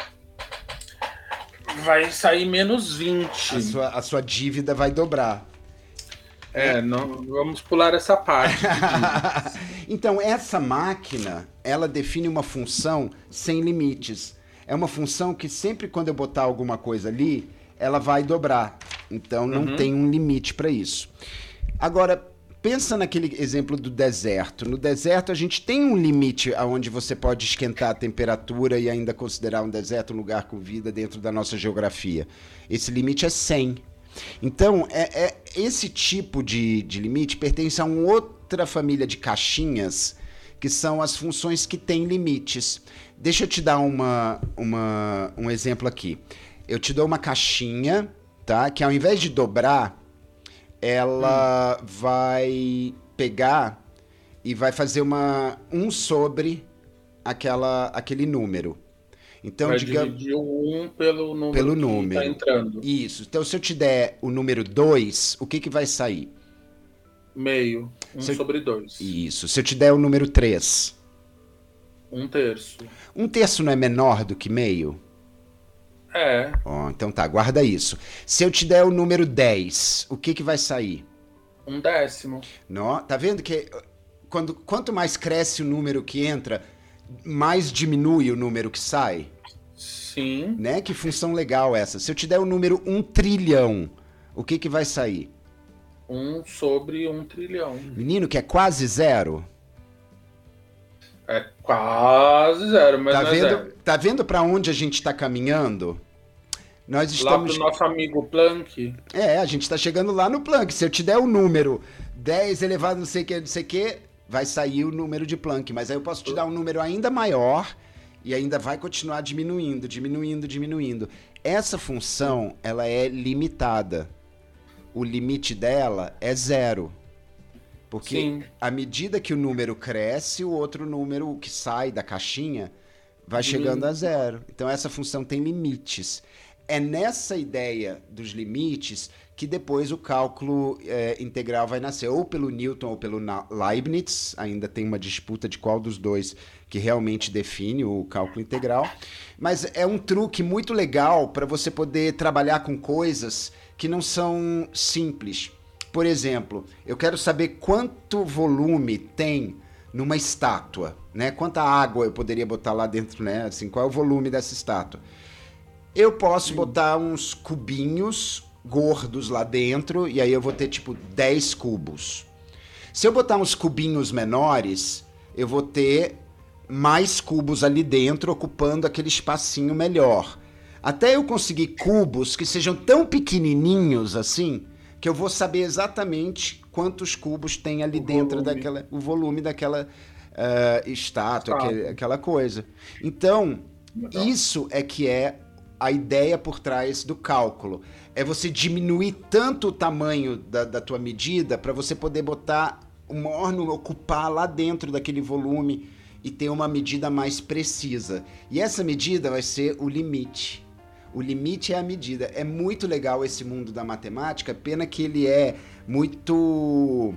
Vai sair menos vinte. a sua, a sua dívida vai dobrar. É, não, vamos pular essa parte. Então, essa máquina, ela define uma função sem limites. É uma função que sempre quando eu botar alguma coisa ali, ela vai dobrar. Então, não Uhum. tem um limite para isso. Agora, pensa naquele exemplo do deserto. No deserto, a gente tem um limite aonde você pode esquentar a temperatura e ainda considerar um deserto um lugar com vida dentro da nossa geografia. Esse limite é cem. Então, é, é- esse tipo de, de limite pertence a uma outra família de caixinhas, que são as funções que têm limites. Deixa eu te dar uma, uma- um exemplo aqui. Eu te dou uma caixinha, tá? Que ao invés de dobrar, ela vai pegar e vai fazer uma um sobre aquela, aquele número. Então, Vai digamos... dividir o um pelo número Pelo que número. tá entrando. Isso. Então, se eu te der o número dois, o que, que vai sair? Meio. Um Se eu- sobre dois. Isso. Se eu te der o número três, Um terço. um terço não é menor do que meio? É. Ó, então tá, guarda isso. Se eu te der o número dez, o que, que vai sair? Um décimo. Nó, tá vendo que quando, quanto mais cresce o número que entra, mais diminui o número que sai? Sim. Né? Que função legal essa. Se eu te der o número um trilhão, o que, que vai sair? Um sobre um trilhão. Menino, que é quase zero. É quase zero, mas Tá não é vendo, zero. tá vendo para onde a gente está caminhando? Nós Lá estamos... pro nosso amigo Planck, É, a gente está chegando lá no Planck. Se eu te der o número dez elevado não sei o que, não sei o que, vai sair o número de Planck. Mas aí eu posso te dar um número ainda maior e ainda vai continuar diminuindo, diminuindo, diminuindo. Essa função, ela é limitada. O limite dela é zero. Porque Sim. à medida que o número cresce, o outro número que sai da caixinha vai chegando a zero. Então essa função tem limites. É nessa ideia dos limites que depois o cálculo é, integral vai nascer, ou pelo Newton ou pelo Na- Leibniz. Ainda tem uma disputa de qual dos dois que realmente define o cálculo integral. Mas é um truque muito legal para você poder trabalhar com coisas que não são simples. Por exemplo, eu quero saber quanto volume tem numa estátua, né? Quanta água eu poderia botar lá dentro, né? Assim, qual é o volume dessa estátua? Eu posso botar uns cubinhos gordos lá dentro e aí eu vou ter tipo dez cubos. Se eu botar uns cubinhos menores, eu vou ter mais cubos ali dentro ocupando aquele espacinho melhor. Até eu conseguir cubos que sejam tão pequenininhos assim, que eu vou saber exatamente quantos cubos tem ali O dentro volume. daquela, o volume daquela ah, estátua, Estátua. aquele- aquela coisa. Então, Legal. isso é que é a ideia por trás do cálculo. É você diminuir tanto o tamanho da, da tua medida para você poder botar o maior número, ocupar lá dentro daquele volume e ter uma medida mais precisa. E essa medida vai ser o limite. O limite é a medida. É muito legal esse mundo da matemática, pena que ele é muito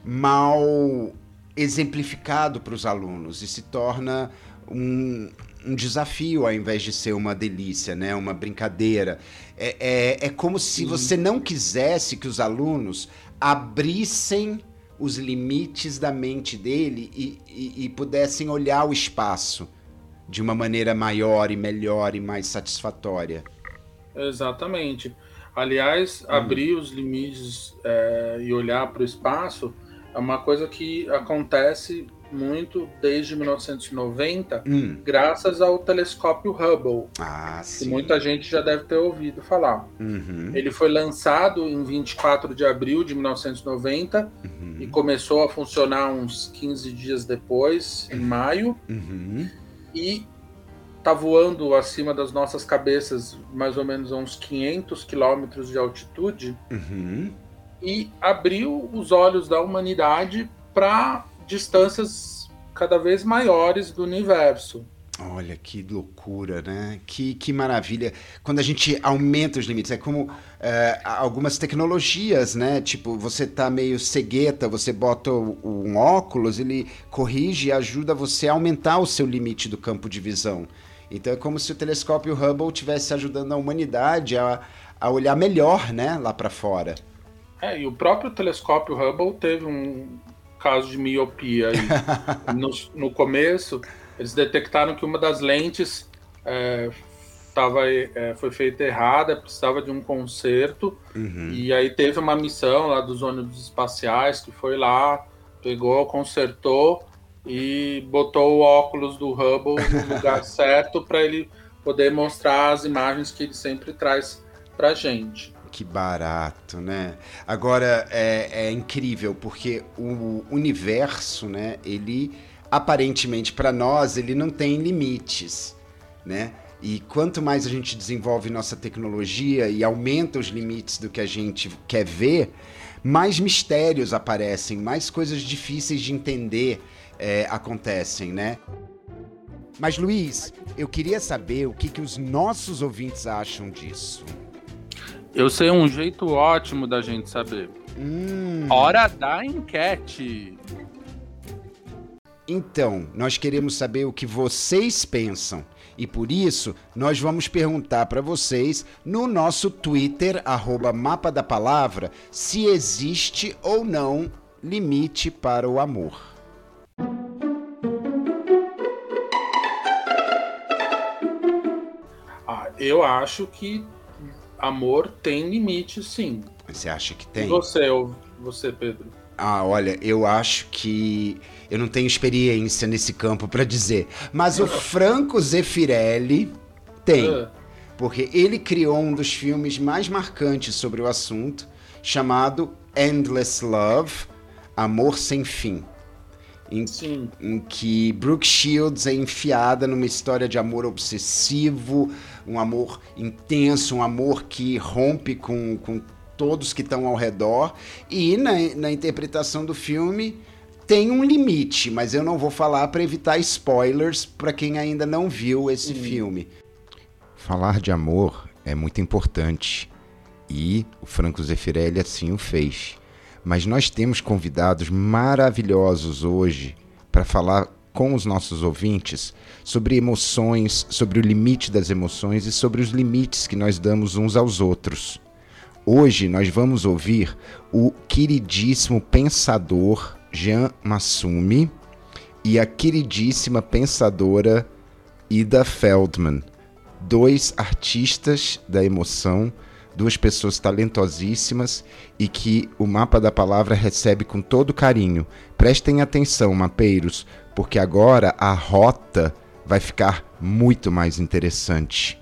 mal exemplificado para os alunos e se torna um, um desafio ao invés de ser uma delícia, né? Uma brincadeira. É, é, é como se você não quisesse que os alunos abrissem os limites da mente dele e, e, e pudessem olhar o espaço. de uma maneira maior e melhor e mais satisfatória. Exatamente. Aliás, hum. abrir os limites é, e olhar para o espaço é uma coisa que acontece muito desde mil novecentos e noventa, hum. graças ao telescópio Hubble, ah, que muita gente já deve ter ouvido falar. Uhum. Ele foi lançado em vinte e quatro de abril de mil novecentos e noventa uhum. e começou a funcionar uns quinze dias depois, em maio, uhum. e está voando acima das nossas cabeças, mais ou menos a uns quinhentos quilômetros de altitude, uhum. e abriu os olhos da humanidade para distâncias cada vez maiores do universo. Olha, que loucura, né? Que, que maravilha. Quando a gente aumenta os limites, é como é, algumas tecnologias, né? Tipo, você tá meio cegueta, você bota um óculos, ele corrige e ajuda você a aumentar o seu limite do campo de visão. Então é como se o telescópio Hubble estivesse ajudando a humanidade a, a olhar melhor, né? Lá para fora. É, e o próprio telescópio Hubble teve um caso de miopia aí. no, no começo, eles detectaram que uma das lentes é, tava, é, foi feita errada, precisava de um conserto, uhum. e aí teve uma missão lá dos ônibus espaciais que foi lá, pegou, consertou e botou o óculos do Hubble no lugar certo para ele poder mostrar as imagens que ele sempre traz pra gente. Que barato, né? Agora, é, é incrível, porque o universo, né, ele, aparentemente, para nós, ele não tem limites, né? E quanto mais a gente desenvolve nossa tecnologia e aumenta os limites do que a gente quer ver, mais mistérios aparecem, mais coisas difíceis de entender é, acontecem, né? Mas, Luiz, eu queria saber o que, que os nossos ouvintes acham disso. Eu sei um jeito ótimo da gente saber. Hum. Hora da enquete. Então, nós queremos saber o que vocês pensam. E por isso, nós vamos perguntar para vocês no nosso Twitter, arroba Mapa da Palavra, se existe ou não limite para o amor. Ah, eu acho que amor tem limite, sim. Você acha que tem? E você, você, Pedro? Ah, olha, eu acho que eu não tenho experiência nesse campo para dizer, mas o Franco Zeffirelli tem, porque ele criou um dos filmes mais marcantes sobre o assunto, chamado Endless Love, Amor Sem Fim. Em, em que Brooke Shields é enfiada numa história de amor obsessivo, um amor intenso, um amor que rompe com, com todos que estão ao redor, e na, na interpretação do filme tem um limite, mas eu não vou falar para evitar spoilers para quem ainda não viu esse hum. filme. Falar de amor é muito importante, e o Franco Zeffirelli assim o fez. Mas nós temos convidados maravilhosos hoje para falar com os nossos ouvintes sobre emoções, sobre o limite das emoções e sobre os limites que nós damos uns aos outros. Hoje nós vamos ouvir o queridíssimo pensador Jean Massumi e a queridíssima pensadora Ida Feldman, dois artistas da emoção, duas pessoas talentosíssimas e que o Mapa da Palavra recebe com todo carinho. Prestem atenção, mapeiros, porque agora a rota vai ficar muito mais interessante.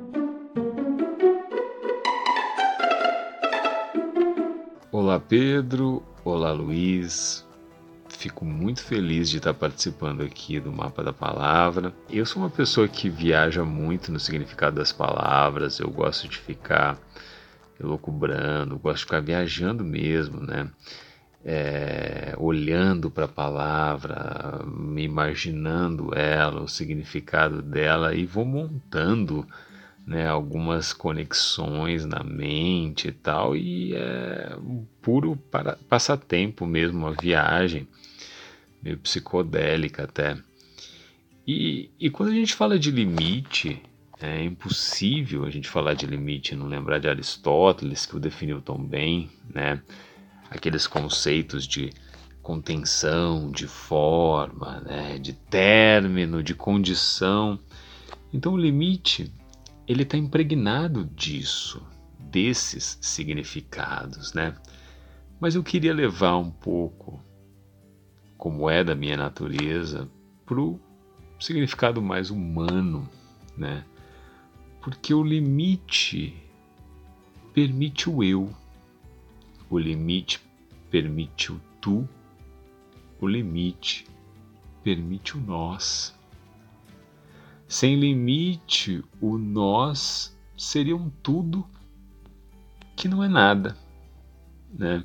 Olá, Pedro. Olá, Luiz. Fico muito feliz de estar participando aqui do Mapa da Palavra. Eu sou uma pessoa que viaja muito no significado das palavras, eu gosto de ficar elucubrando, gosto de ficar viajando mesmo, né? É, olhando para a palavra, me imaginando ela, o significado dela, e vou montando, né, algumas conexões na mente e tal, e é um puro para, passatempo mesmo, uma viagem meio psicodélica até. E, e quando a gente fala de limite, é impossível a gente falar de limite e não lembrar de Aristóteles, que o definiu tão bem, né? Aqueles conceitos de contenção, de forma, né, de término, de condição. Então o limite, ele está impregnado disso, desses significados, né? Mas eu queria levar um pouco, como é da minha natureza, para o significado mais humano, né? Porque o limite permite o eu, o limite permite o tu, o limite permite o nós. Sem limite, o nós seria um tudo que não é nada, né?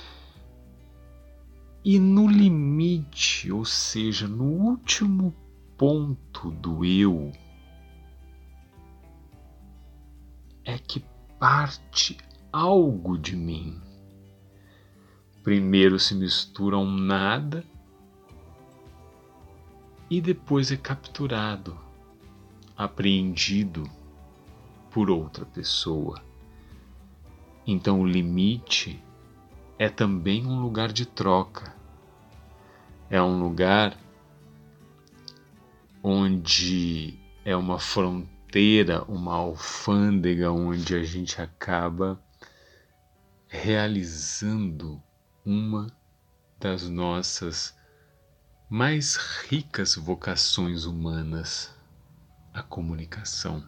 E no limite, ou seja, no último ponto do eu, é que parte algo de mim. Primeiro se mistura um nada e depois é capturado, apreendido por outra pessoa. Então o limite é também um lugar de troca. É um lugar onde é uma fronteira, uma alfândega, onde a gente acaba realizando uma das nossas mais ricas vocações humanas, a comunicação.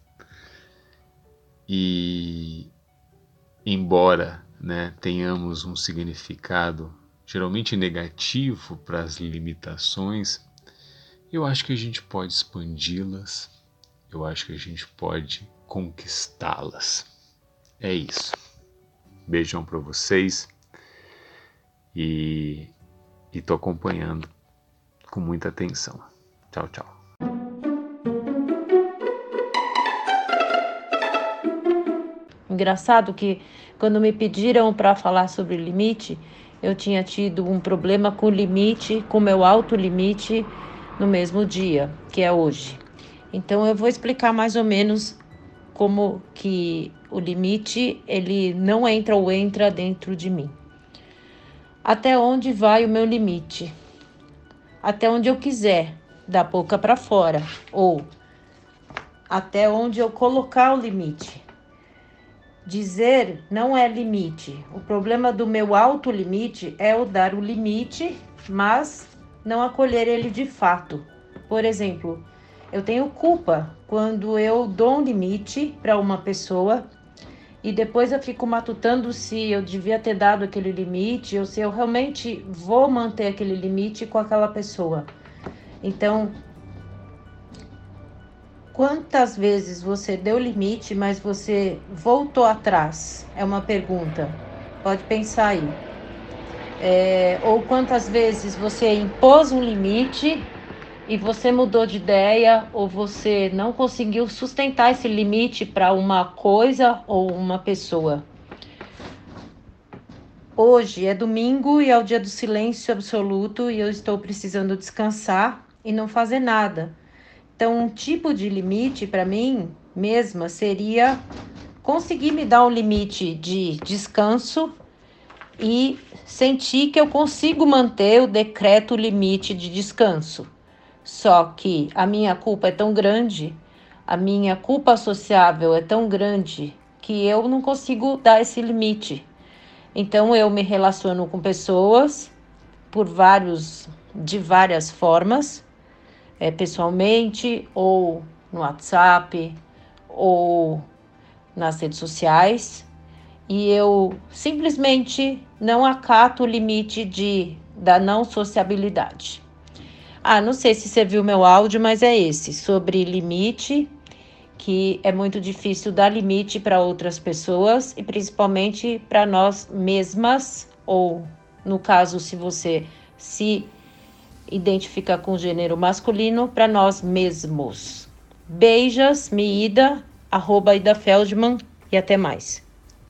E embora, né, tenhamos um significado geralmente negativo para as limitações, eu acho que a gente pode expandi-las, eu acho que a gente pode conquistá-las. É isso. Beijão para vocês e estou acompanhando com muita atenção. Tchau, tchau. Engraçado que quando me pediram para falar sobre limite, eu tinha tido um problema com o limite, com o meu autolimite no mesmo dia, que é hoje. Então eu vou explicar mais ou menos como que o limite, ele não entra ou entra dentro de mim. Até onde vai o meu limite? Até onde eu quiser, da boca para fora, ou até onde eu colocar o limite. Dizer não é limite. O problema do meu autolimite é o dar o limite, mas não acolher ele de fato. Por exemplo, eu tenho culpa quando eu dou um limite para uma pessoa e depois eu fico matutando se eu devia ter dado aquele limite ou se eu realmente vou manter aquele limite com aquela pessoa. Então, quantas vezes você deu limite, mas você voltou atrás? É uma pergunta. Pode pensar aí. É, ou quantas vezes você impôs um limite e você mudou de ideia, ou você não conseguiu sustentar esse limite para uma coisa ou uma pessoa. Hoje é domingo e é o dia do silêncio absoluto e eu estou precisando descansar e não fazer nada. Então, um tipo de limite para mim mesma seria conseguir me dar um limite de descanso e sentir que eu consigo manter o decreto limite de descanso. Só que a minha culpa é tão grande, a minha culpa associável é tão grande que eu não consigo dar esse limite. Então eu me relaciono com pessoas por vários, de várias formas, é, pessoalmente, ou no WhatsApp, ou nas redes sociais, e eu simplesmente não acato o limite de, da não sociabilidade. Ah, não sei se você viu meu áudio, mas é esse, sobre limite, que é muito difícil dar limite para outras pessoas e principalmente para nós mesmas, ou no caso, se você se identifica com o gênero masculino, para nós mesmos. Beijas, Miida, arroba Ida Feldman e até mais.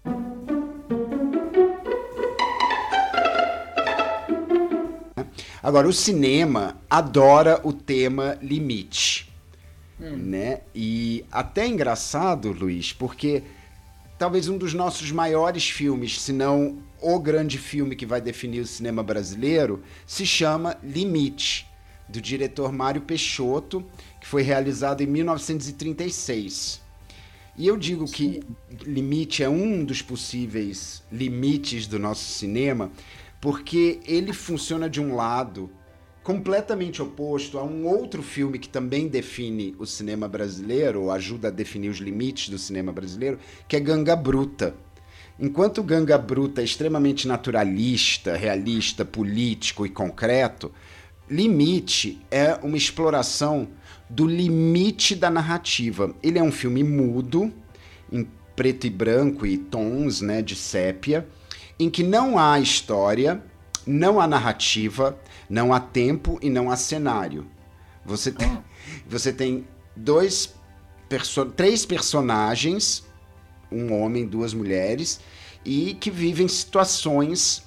Agora, o cinema adora o tema limite, hum. né? E até é engraçado, Luiz, porque talvez um dos nossos maiores filmes, se não o grande filme que vai definir o cinema brasileiro, se chama Limite, do diretor Mário Peixoto, que foi realizado em mil novecentos e trinta e seis. E eu digo que Limite é um dos possíveis limites do nosso cinema, porque ele funciona de um lado completamente oposto a um outro filme que também define o cinema brasileiro, ou ajuda a definir os limites do cinema brasileiro, que é Ganga Bruta. Enquanto Ganga Bruta é extremamente naturalista, realista, político e concreto, Limite é uma exploração do limite da narrativa. Ele é um filme mudo, em preto e branco e tons, né, de sépia, em que não há história, não há narrativa, não há tempo e não há cenário. Você tem, você tem dois, perso- três personagens, um homem, duas mulheres, e que vivem situações...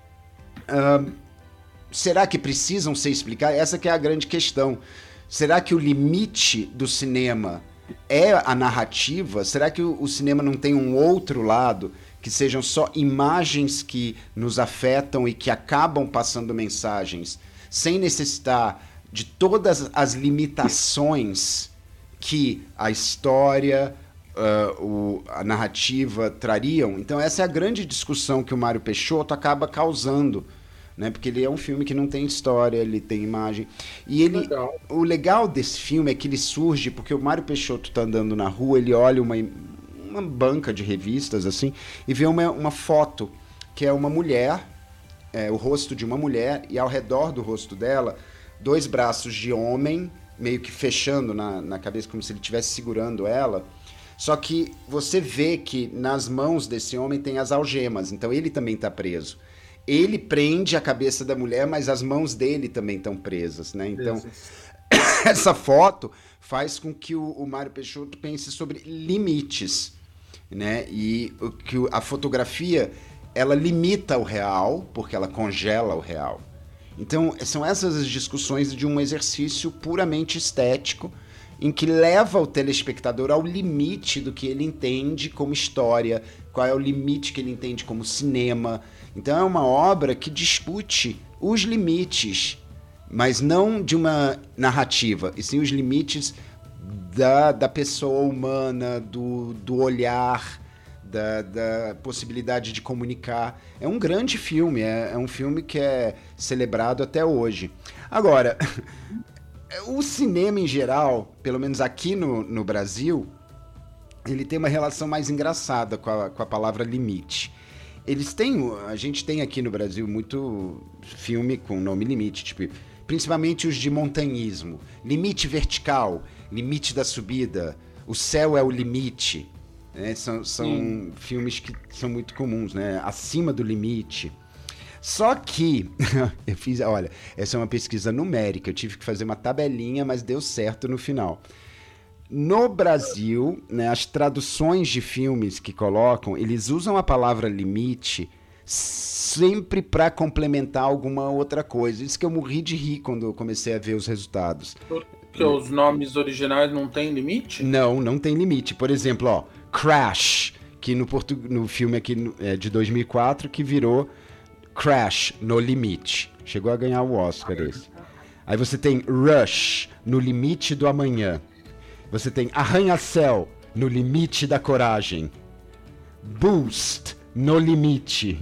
Uh, será que precisam ser explicadas? Essa que é a grande questão. Será que o limite do cinema é a narrativa? Será que o, o cinema não tem um outro lado, que sejam só imagens que nos afetam e que acabam passando mensagens, sem necessitar de todas as limitações que a história, uh, o, a narrativa trariam? Então essa é a grande discussão que o Mário Peixoto acaba causando, né? Porque ele é um filme que não tem história, ele tem imagem. E ele, legal. O legal desse filme é que ele surge porque o Mário Peixoto tá andando na rua, ele olha uma, uma banca de revistas, assim, e vê uma, uma foto, que é uma mulher, é, o rosto de uma mulher, e ao redor do rosto dela, dois braços de homem, meio que fechando na, na cabeça, como se ele estivesse segurando ela. Só que você vê que nas mãos desse homem tem as algemas, então ele também tá preso. Ele prende a cabeça da mulher, mas as mãos dele também estão presas, né? Então, essa foto faz com que o, o Mário Peixoto pense sobre limites, né? E o, que a fotografia, ela limita o real, porque ela congela o real. Então, são essas as discussões de um exercício puramente estético, em que leva o telespectador ao limite do que ele entende como história, qual é o limite que ele entende como cinema. Então é uma obra que discute os limites, mas não de uma narrativa, e sim os limites da, da pessoa humana, do, do olhar, da, da possibilidade de comunicar. É um grande filme, é, é um filme que é celebrado até hoje. Agora, o cinema em geral, pelo menos aqui no, no Brasil, ele tem uma relação mais engraçada com a, com a palavra limite. Eles têm, a gente tem aqui no Brasil muito filme com nome limite, tipo, principalmente os de montanhismo. Limite vertical, limite da subida, o céu é o limite. Né? São, são filmes que são muito comuns, né? Acima do limite. Só que, eu fiz, olha, essa é uma pesquisa numérica, eu tive que fazer uma tabelinha, mas deu certo no final. No Brasil, né, as traduções de filmes que colocam, eles usam a palavra limite sempre para complementar alguma outra coisa. Isso que eu morri de rir quando eu comecei a ver os resultados. Porque os nomes originais não têm limite? Não, não tem limite. Por exemplo, ó, Crash, que no, portu... no filme aqui é, de dois mil e quatro, que virou Crash, No Limite. Chegou a ganhar o Oscar esse. Aí você tem Rush, No Limite do Amanhã. Você tem Arranha-Céu, No Limite da Coragem. Boost, No Limite.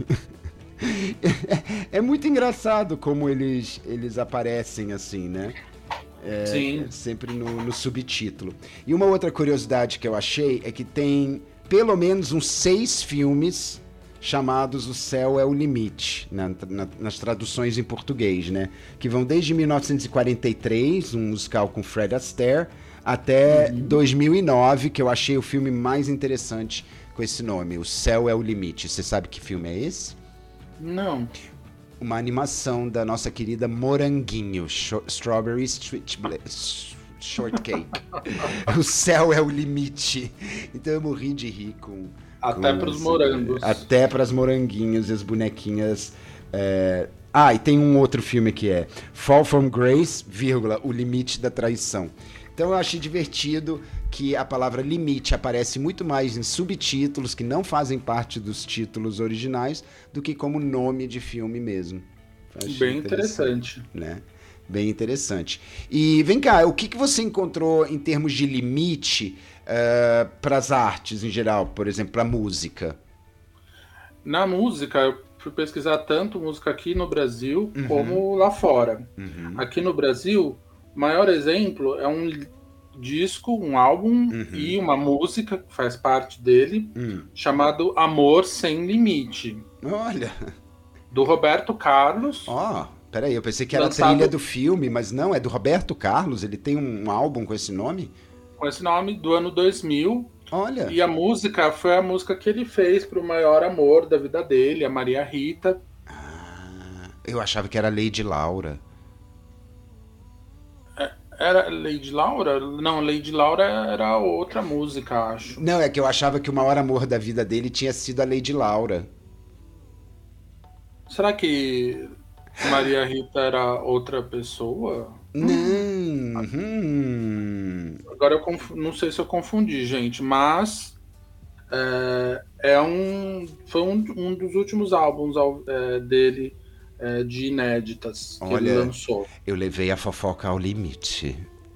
É, é muito engraçado como eles, eles aparecem assim, né? É, Sim. Sempre no, no subtítulo. E uma outra curiosidade que eu achei é que tem pelo menos uns seis filmes chamados O Céu é o Limite, na, na, nas traduções em português, né? Que vão desde mil novecentos e quarenta e três, um musical com Fred Astaire, até uhum. dois mil e nove, que eu achei o filme mais interessante com esse nome, O Céu é o Limite. Você sabe que filme é esse? Não. Uma animação da nossa querida Moranguinho, Strawberry Street Shortcake. O Céu é o Limite. Então eu morri de rir com... Até para os morangos. Até para as moranguinhos e as bonequinhas. É... Ah, e tem um outro filme que é Fall from Grace, vírgula, O Limite da Traição. Então eu achei divertido que a palavra limite aparece muito mais em subtítulos que não fazem parte dos títulos originais do que como nome de filme mesmo. Achei Bem interessante. Né? Bem interessante. E vem cá, o que, que você encontrou em termos de limite uh, para as artes em geral, por exemplo, para a música? Na música, eu fui pesquisar tanto música aqui no Brasil uhum. como lá fora. Uhum. Aqui no Brasil, o maior exemplo é um disco, um álbum uhum. e uma música que faz parte dele, uhum. chamado Amor Sem Limite. Olha! Do Roberto Carlos. Ó, oh, peraí, eu pensei que era lançado... a trilha do filme, mas não, é do Roberto Carlos, ele tem um álbum com esse nome? Com esse nome, do ano dois mil. Olha! E a música foi a música que ele fez pro maior amor da vida dele, a Maria Rita. Ah, eu achava que era Lady Laura. Era Lady Laura? Não, Lady Laura era outra música, acho. Não, é que eu achava que o maior amor da vida dele tinha sido a Lady Laura. Será que Maria Rita era outra pessoa? Não. Hum. Agora eu conf... não sei se eu confundi, gente, mas é, é um foi um, um dos últimos álbuns é, dele é, de inéditas que Olha, ele lançou. Eu levei a fofoca ao limite.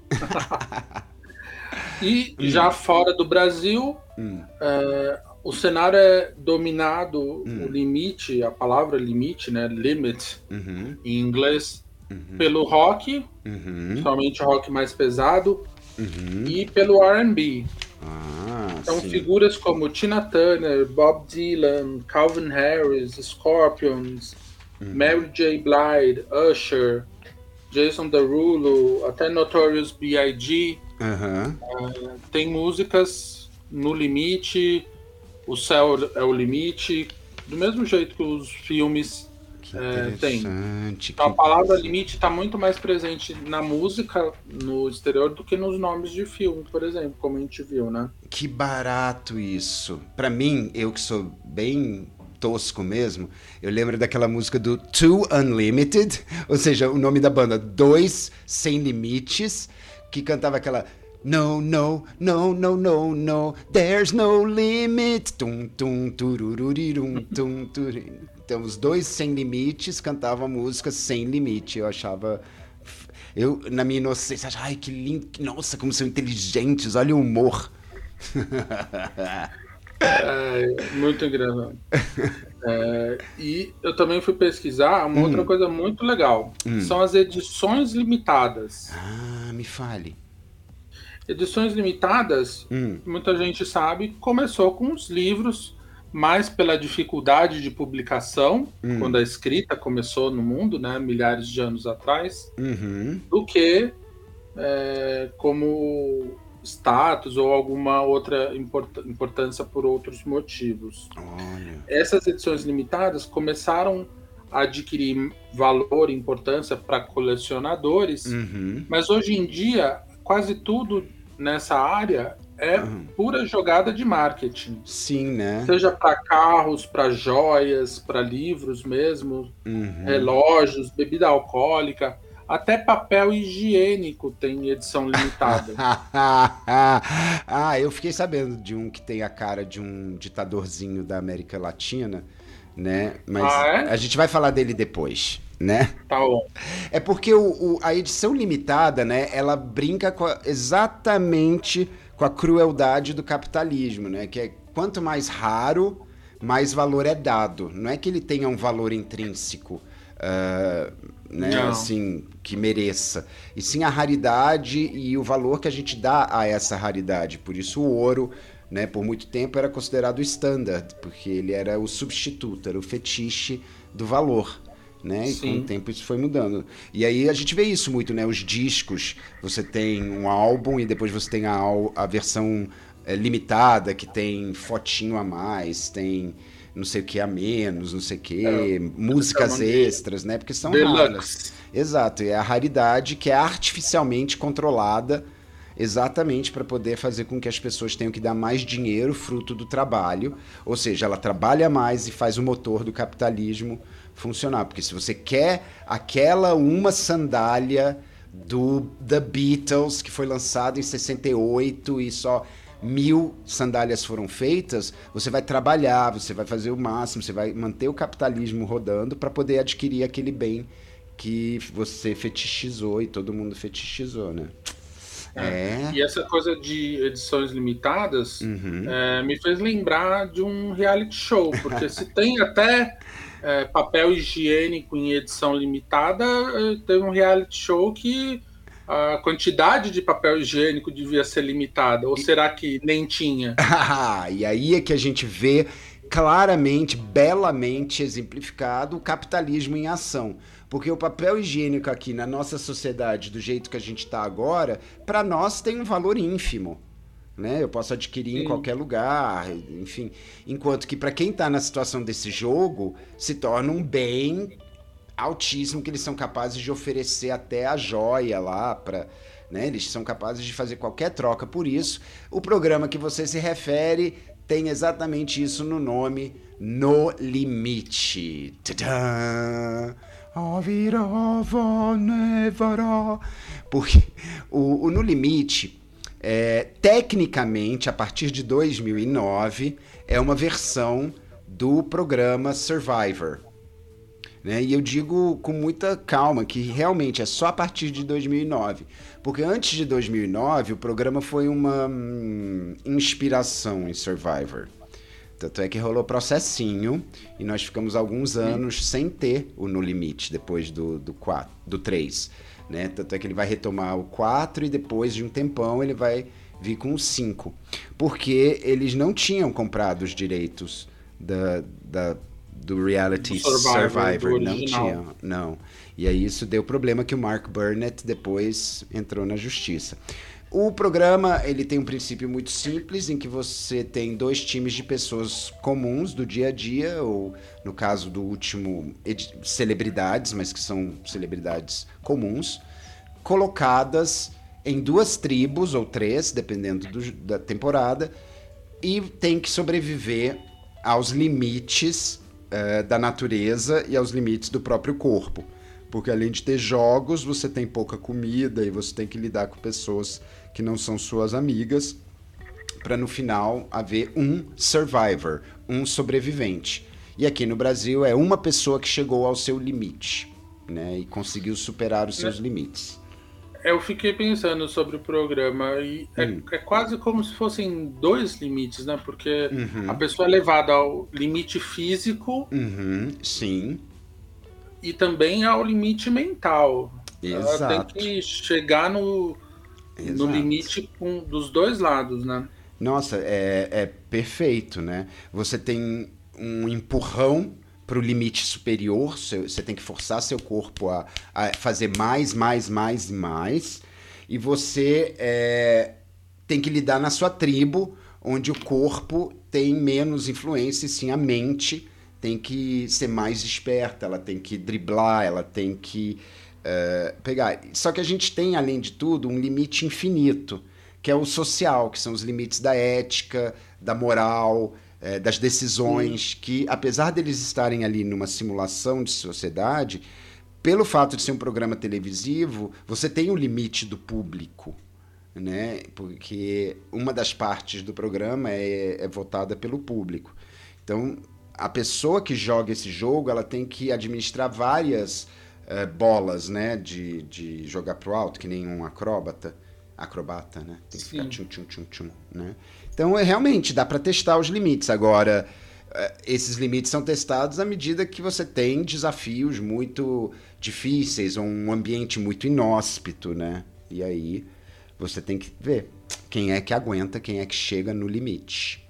E hum. já fora do Brasil, hum. é, o cenário é dominado, hum. o limite, a palavra limite, né, limit, uhum. em inglês, uhum. pelo rock, uhum. principalmente rock mais pesado, uhum. e pelo R and B. Ah, então, sim. figuras como Tina Turner, Bob Dylan, Calvin Harris, Scorpions, uhum. Mary J. Blige, Usher, Jason Derulo, até Notorious B I G Uhum. Uh, tem músicas no limite, o céu é o limite, do mesmo jeito que os filmes é, têm. Então, a palavra limite está muito mais presente na música no exterior do que nos nomes de filme, por exemplo, como a gente viu, né? Que barato isso. Para mim, eu que sou bem tosco mesmo, eu lembro daquela música do Two Unlimited, ou seja, o nome da banda, Dois Sem Limites, que cantava aquela No, no, no, no, no, no, there's no limit. Tum, tum, turururirum, tum, turim. Então, os Dois Sem Limites cantavam a música Sem Limite. Eu achava... Eu, na minha inocência, achava, ai, que lindo, nossa, como são inteligentes, olha o humor. É, muito engraçado. É, e eu também fui pesquisar uma hum. outra coisa muito legal. Hum. São as edições limitadas. Ah, me fale. Edições limitadas, hum. muita gente sabe, começou com os livros, mais pela dificuldade de publicação, hum. quando a escrita começou no mundo, né, milhares de anos atrás, uhum. do que é, como status ou alguma outra import- importância por outros motivos. Olha. Essas edições limitadas começaram a adquirir valor e importância para colecionadores, uhum. mas hoje em dia quase tudo nessa área é uhum. pura jogada de marketing. Sim, né? Seja para carros, para joias, para livros mesmo, uhum. relógios, bebida alcoólica, até papel higiênico tem edição limitada. Ah, eu fiquei sabendo de um que tem a cara de um ditadorzinho da América Latina, né? Mas ah, é? a gente vai falar dele depois, né? Tá bom. É porque o, o, a edição limitada, né? Ela brinca com a, exatamente com a crueldade do capitalismo, né? Que é quanto mais raro, mais valor é dado. Não é que ele tenha um valor intrínseco, uh, né? Não. Assim, que mereça. E sim a raridade e o valor que a gente dá a essa raridade. Por isso o ouro, né, por muito tempo era considerado o standard, porque ele era o substituto, era o fetiche do valor, né? E com o tempo isso foi mudando. E aí a gente vê isso muito, né? Os discos, você tem um álbum e depois você tem a, a versão é, limitada, que tem fotinho a mais, tem não sei o que a menos, não sei o que, é, músicas extras, né? Porque são raras. Exato, é a raridade que é artificialmente controlada exatamente para poder fazer com que as pessoas tenham que dar mais dinheiro fruto do trabalho, ou seja, ela trabalha mais e faz o motor do capitalismo funcionar, porque se você quer aquela uma sandália do The Beatles, que foi lançado em sessenta e oito e só mil sandálias foram feitas, você vai trabalhar, você vai fazer o máximo, você vai manter o capitalismo rodando para poder adquirir aquele bem que você fetichizou e todo mundo fetichizou, né? É. É. E essa coisa de edições limitadas Uhum. é, me fez lembrar de um reality show, porque se tem até é, papel higiênico em edição limitada, teve um reality show que a quantidade de papel higiênico devia ser limitada, ou será que nem tinha? E aí é que a gente vê claramente, belamente exemplificado o capitalismo em ação. Porque o papel higiênico aqui na nossa sociedade, do jeito que a gente está agora, para nós tem um valor ínfimo. Né? Eu posso adquirir Sim. em qualquer lugar, enfim. Enquanto que para quem está na situação desse jogo, se torna um bem altíssimo que eles são capazes de oferecer até a joia lá para... Né? Eles são capazes de fazer qualquer troca. Por isso, o programa que você se refere tem exatamente isso no nome, No Limite. Tadã! Porque o, o No Limite, é, tecnicamente, a partir de dois mil e nove, é uma versão do programa Survivor. Né? E eu digo com muita calma que realmente é só a partir de dois mil e nove. Porque antes de dois mil e nove, o programa foi uma hum, inspiração em Survivor. Tanto é que rolou processinho e nós ficamos alguns anos Sim. sem ter o No Limite depois do, do, quatro, do três. Né? Tanto é que ele vai retomar o quatro e depois de um tempão ele vai vir com o cinco. Porque eles não tinham comprado os direitos da... da do reality do Survivor, Survivor. Do não tinha, não. E aí isso deu problema que o Mark Burnett depois entrou na justiça. O programa, ele tem um princípio muito simples, em que você tem dois times de pessoas comuns do dia a dia, ou no caso do último, celebridades, mas que são celebridades comuns, colocadas em duas tribos, ou três, dependendo do, da temporada, e tem que sobreviver aos limites da natureza e aos limites do próprio corpo. Porque além de ter jogos, você tem pouca comida e você tem que lidar com pessoas que não são suas amigas para no final haver um survivor, um sobrevivente. E aqui no Brasil é uma pessoa que chegou ao seu limite, né, e conseguiu superar os seus é. limites. Eu fiquei pensando sobre o programa e hum. é, é quase como se fossem dois limites, né? Porque uhum. a pessoa é levada ao limite físico uhum. Sim. e também ao limite mental. Exato. Ela tem que chegar no, no limite com, dos dois lados, né? Nossa, é, é perfeito, né? Você tem um empurrão para o limite superior, você tem que forçar seu corpo a, a fazer mais, mais, mais e mais, e você é, tem que lidar na sua tribo, onde o corpo tem menos influência, e sim a mente tem que ser mais esperta, ela tem que driblar, ela tem que uh, pegar. Só que a gente tem, além de tudo, um limite infinito, que é o social, que são os limites da ética, da moral, É, das decisões, Sim. que apesar deles estarem ali numa simulação de sociedade, pelo fato de ser um programa televisivo, você tem o limite do público, né? Porque uma das partes do programa é, é votada pelo público. Então, a pessoa que joga esse jogo, ela tem que administrar várias uh, bolas, né? De, de jogar pro alto, que nem um acróbata. Acrobata, né? Tem que Sim. ficar tchum, tchum, tchum, tchum, né? Então, é, realmente, dá para testar os limites. Agora, esses limites são testados à medida que você tem desafios muito difíceis ou um ambiente muito inóspito, né? E aí, você tem que ver quem é que aguenta, quem é que chega no limite.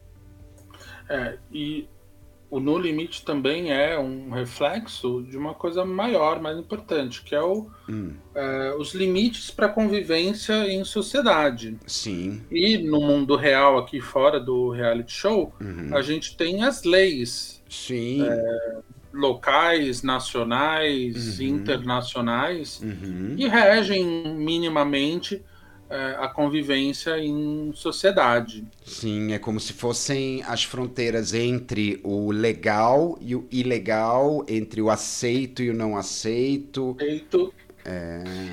É, e o No Limite também é um reflexo de uma coisa maior, mais importante, que é, o, hum. é os limites para a convivência em sociedade. Sim. E no mundo real, aqui fora do reality show, uhum. a gente tem as leis. Sim. É, locais, nacionais, uhum. internacionais, uhum. que regem minimamente a convivência em sociedade. Sim, é como se fossem as fronteiras entre o legal e o ilegal, entre o aceito e o não aceito. Aceito. É...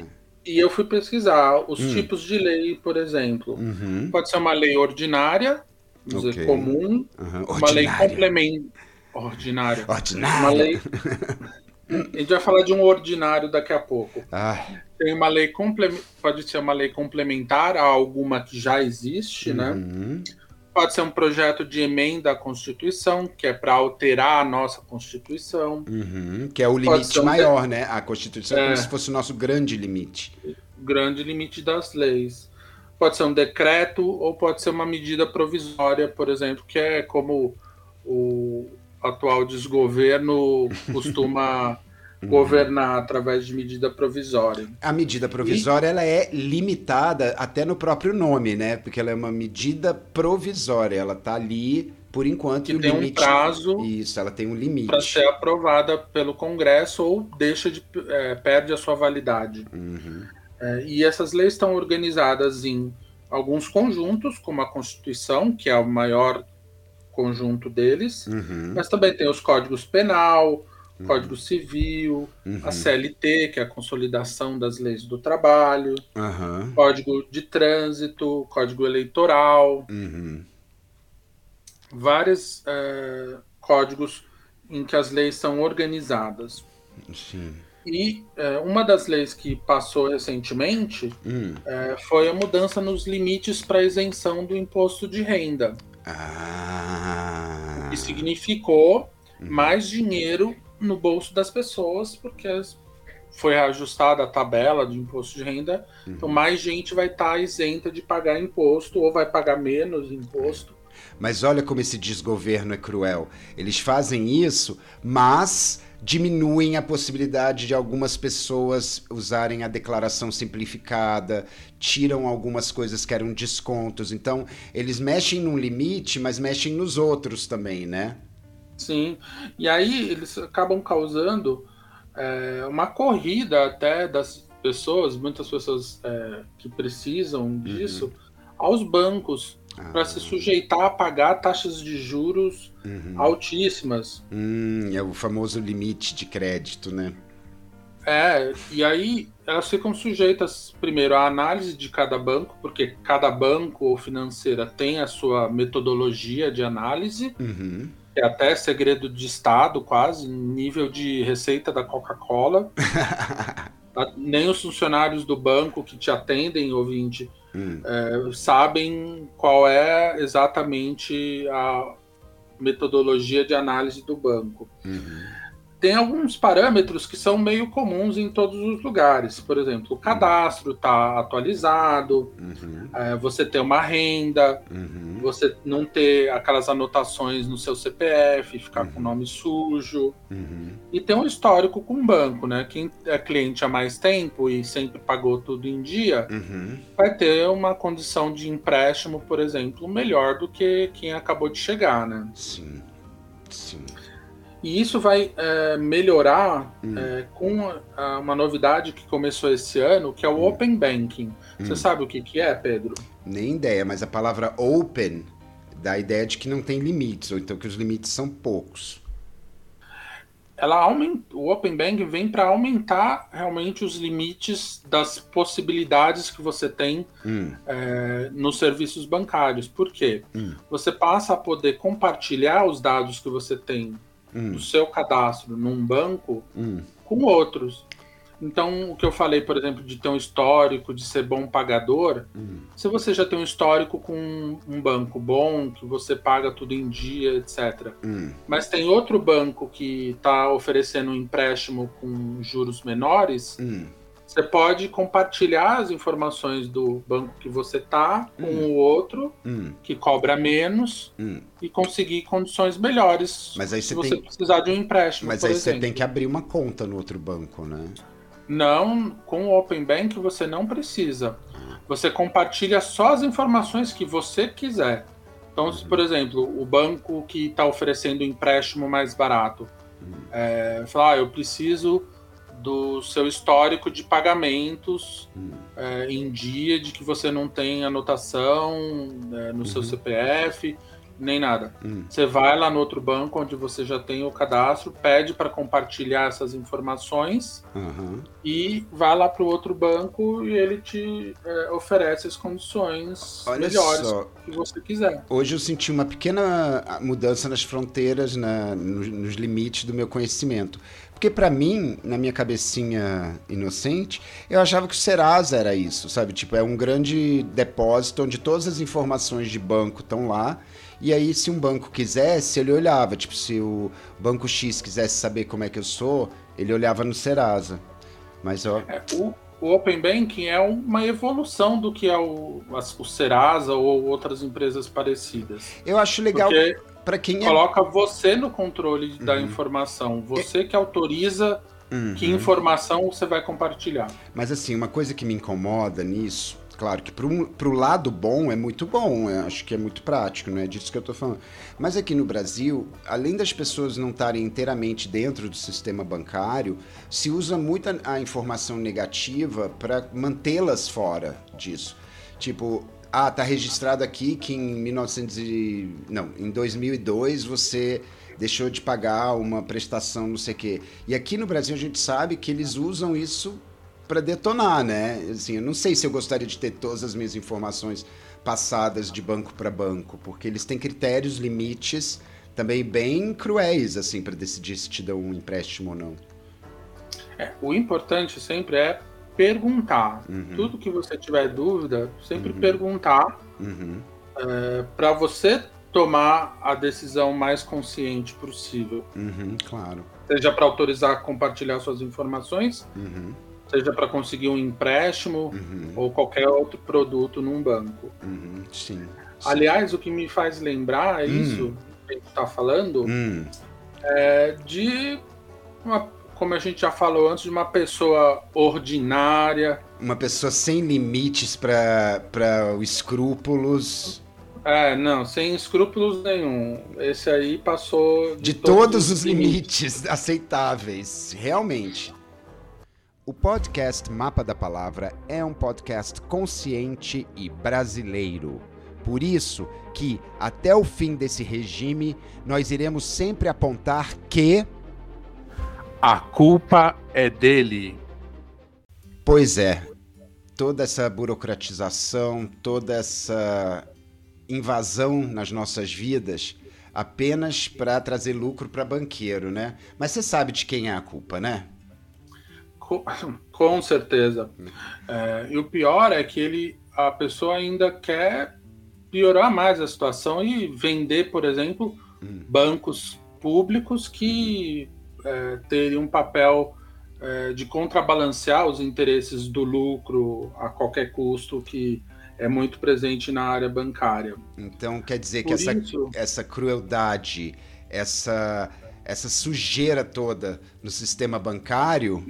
E eu fui pesquisar os Hum. tipos de lei, por exemplo. Uhum. Pode ser uma lei ordinária, vamos dizer, Ok. comum, Uhum. uma lei Ordinária. complementar. Ordinária. Uma Ordinária. lei. A gente vai falar de um ordinário daqui a pouco. Ah, Tem uma lei complementar, pode ser uma lei complementar a alguma que já existe, né? uhum. Pode ser um projeto de emenda à Constituição, que é para alterar a nossa Constituição. Uhum. Que é o Pode limite ser um de- maior, né? A Constituição é como É. se fosse o nosso grande limite. Grande limite das leis. Pode ser um decreto ou pode ser uma medida provisória, por exemplo, que é como o atual desgoverno costuma governar através de medida provisória. A medida provisória ela é limitada até no próprio nome, né? Porque ela é uma medida provisória, ela tá ali por enquanto Que e o tem um limite. prazo Isso, ela tem um para limite. ser aprovada pelo Congresso ou deixa de é, perde a sua validade. Uhum. É, e essas leis estão organizadas em alguns conjuntos, como a Constituição, que é o maior conjunto deles, Uhum. mas também tem os códigos penal, Código Civil, Uhum. a C L T, que é a Consolidação das Leis do Trabalho, Uhum. Código de Trânsito, Código Eleitoral, Uhum. vários é, códigos em que as leis são organizadas. Sim. E é, uma das leis que passou recentemente Hum. é, foi a mudança nos limites para isenção do imposto de renda, Ah. que significou mais dinheiro no bolso das pessoas, porque foi ajustada a tabela de imposto de renda, então mais gente vai estar isenta de pagar imposto ou vai pagar menos imposto. Mas olha como esse desgoverno é cruel. Eles fazem isso, mas diminuem a possibilidade de algumas pessoas usarem a declaração simplificada, tiram algumas coisas que eram descontos. Então, eles mexem num limite, mas mexem nos outros também, né? Sim, e aí eles acabam causando é, uma corrida até das pessoas, muitas pessoas é, que precisam disso, uhum. aos bancos, ah. para se sujeitar a pagar taxas de juros uhum. altíssimas. Hum, é o famoso limite de crédito, né? É, e aí elas ficam sujeitas, primeiro, à análise de cada banco, porque cada banco ou financeira tem a sua metodologia de análise, uhum. é até segredo de Estado, quase, nível de receita da Coca-Cola. Nem os funcionários do banco que te atendem, ouvinte, hum. é, sabem qual é exatamente a metodologia de análise do banco. Uhum. Tem alguns parâmetros que são meio comuns em todos os lugares. Por exemplo, o cadastro está atualizado, uhum. é, você ter uma renda, uhum. você não ter aquelas anotações no seu C P F, ficar uhum. com o nome sujo. Uhum. E ter um histórico com o banco, né? Quem é cliente há mais tempo e sempre pagou tudo em dia, uhum. vai ter uma condição de empréstimo, por exemplo, melhor do que quem acabou de chegar, né? Sim, sim. E isso vai é, melhorar hum. é, com a, uma novidade que começou esse ano, que é o hum. Open Banking. Você hum. sabe o que, que é, Pedro? Nem ideia, mas a palavra open dá a ideia de que não tem limites, ou então que os limites são poucos. Ela aumenta, o Open Banking vem para aumentar realmente os limites das possibilidades que você tem hum. é, nos serviços bancários. Por quê? Hum. Você passa a poder compartilhar os dados que você tem Hum. do seu cadastro num banco hum. com outros. Então, o que eu falei, por exemplo, de ter um histórico, de ser bom pagador, hum. se você já tem um histórico com um banco bom, que você paga tudo em dia, etcétera, hum. mas tem outro banco que está oferecendo um empréstimo com juros menores, hum. você pode compartilhar as informações do banco que você está com hum. o outro, hum. que cobra menos, hum. e conseguir condições melhores. Mas aí se você você tem... precisar de um empréstimo, Mas por aí exemplo. você tem que abrir uma conta no outro banco, né? Não, com o Open Bank você não precisa. Você compartilha só as informações que você quiser. Então, se, por exemplo, o banco que está oferecendo um empréstimo mais barato, hum. é, fala, ah, eu preciso do seu histórico de pagamentos hum. é, em dia, de que você não tem anotação é, no uhum. seu C P F, nem nada. Hum. Você vai lá no outro banco onde você já tem o cadastro, pede para compartilhar essas informações Uhum. e vai lá para o outro banco e ele te é, oferece as condições Olha melhores só. que você quiser. Hoje eu senti uma pequena mudança nas fronteiras, na, nos, nos limites do meu conhecimento. Porque pra mim, na minha cabecinha inocente, eu achava que o Serasa era isso, sabe? Tipo, é um grande depósito onde todas as informações de banco estão lá. E aí, se um banco quisesse, ele olhava. Tipo, se o Banco X quisesse saber como é que eu sou, ele olhava no Serasa. Mas, ó... É, o, o Open Banking é uma evolução do que é o, o Serasa ou outras empresas parecidas. Eu acho legal Porque pra quem é... coloca você no controle da Uhum. informação. Você que autoriza Uhum. que informação você vai compartilhar. Mas assim, uma coisa que me incomoda nisso, claro que pro, pro lado bom é muito bom, eu acho que é muito prático, não é disso que eu tô falando. Mas aqui no Brasil, além das pessoas não estarem inteiramente dentro do sistema bancário, se usa muito a, a informação negativa para mantê-las fora disso. Tipo, ah, tá registrado aqui que em mil e novecentos e... não, em dois mil e dois você deixou de pagar uma prestação não sei o quê. E aqui no Brasil a gente sabe que eles usam isso para detonar, né? Assim, eu não sei se eu gostaria de ter todas as minhas informações passadas de banco para banco, porque eles têm critérios, limites também bem cruéis, assim, para decidir se te dão um empréstimo ou não. É, o importante sempre é perguntar. Uhum. Tudo que você tiver dúvida, sempre Uhum. perguntar Uhum. é, para você tomar a decisão mais consciente possível. Uhum, claro. Seja para autorizar a compartilhar suas informações, Uhum. seja para conseguir um empréstimo Uhum. ou qualquer outro produto num banco. Uhum. Sim. Sim. Aliás, o que me faz lembrar Hum. isso que a gente está falando Hum. é de uma, como a gente já falou antes, de uma pessoa ordinária. Uma pessoa sem limites para os escrúpulos. É, não, sem escrúpulos nenhum. Esse aí passou De, de todos, todos os limites. limites aceitáveis, realmente. O podcast Mapa da Palavra é um podcast consciente e brasileiro. Por isso que, até o fim desse regime, nós iremos sempre apontar que... a culpa é dele. Pois é. Toda essa burocratização, toda essa invasão nas nossas vidas apenas para trazer lucro para banqueiro, né? Mas você sabe de quem é a culpa, né? Com, com certeza. É, e o pior é que ele, a pessoa ainda quer piorar mais a situação e vender, por exemplo, hum. bancos públicos que é, teriam um papel é, de contrabalancear os interesses do lucro a qualquer custo, que é muito presente na área bancária. Então quer dizer Por que essa, isso, essa crueldade, essa, essa sujeira toda no sistema bancário...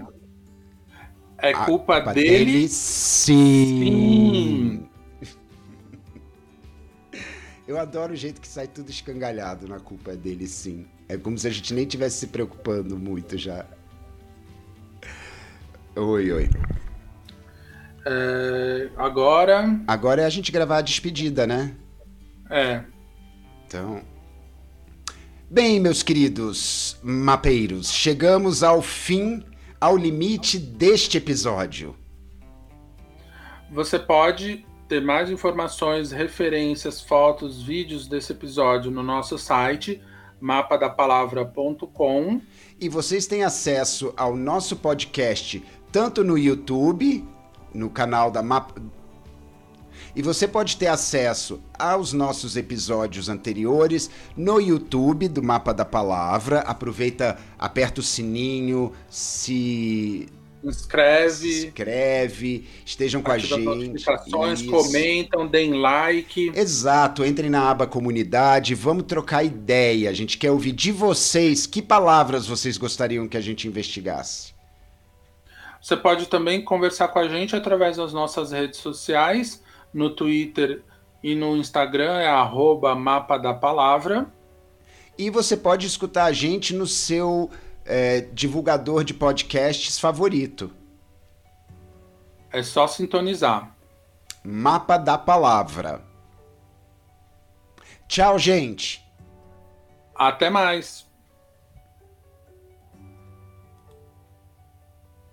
é culpa, culpa dele, dele sim. sim. Eu adoro o jeito que sai tudo escangalhado na culpa dele sim. É como se a gente nem estivesse se preocupando muito já. Oi, oi. É, agora... Agora é a gente gravar a despedida, né? É. Então... Bem, meus queridos mapeiros, chegamos ao fim, ao limite deste episódio. Você pode ter mais informações, referências, fotos, vídeos desse episódio no nosso site, mapa da palavra ponto com. E vocês têm acesso ao nosso podcast tanto no YouTube... no canal da Mapa... E você pode ter acesso aos nossos episódios anteriores no YouTube do Mapa da Palavra. Aproveita, aperta o sininho, se... Inscreve. Se inscreve, estejam com a gente. Notificações, isso. Comentam, deem like. Exato, entrem na aba comunidade, vamos trocar ideia. A gente quer ouvir de vocês que palavras vocês gostariam que a gente investigasse. Você pode também conversar com a gente através das nossas redes sociais, no Twitter e no Instagram, é arroba Mapa da Palavra. E você pode escutar a gente no seu é, divulgador de podcasts favorito. É só sintonizar. Mapa da Palavra. Tchau, gente. Até mais.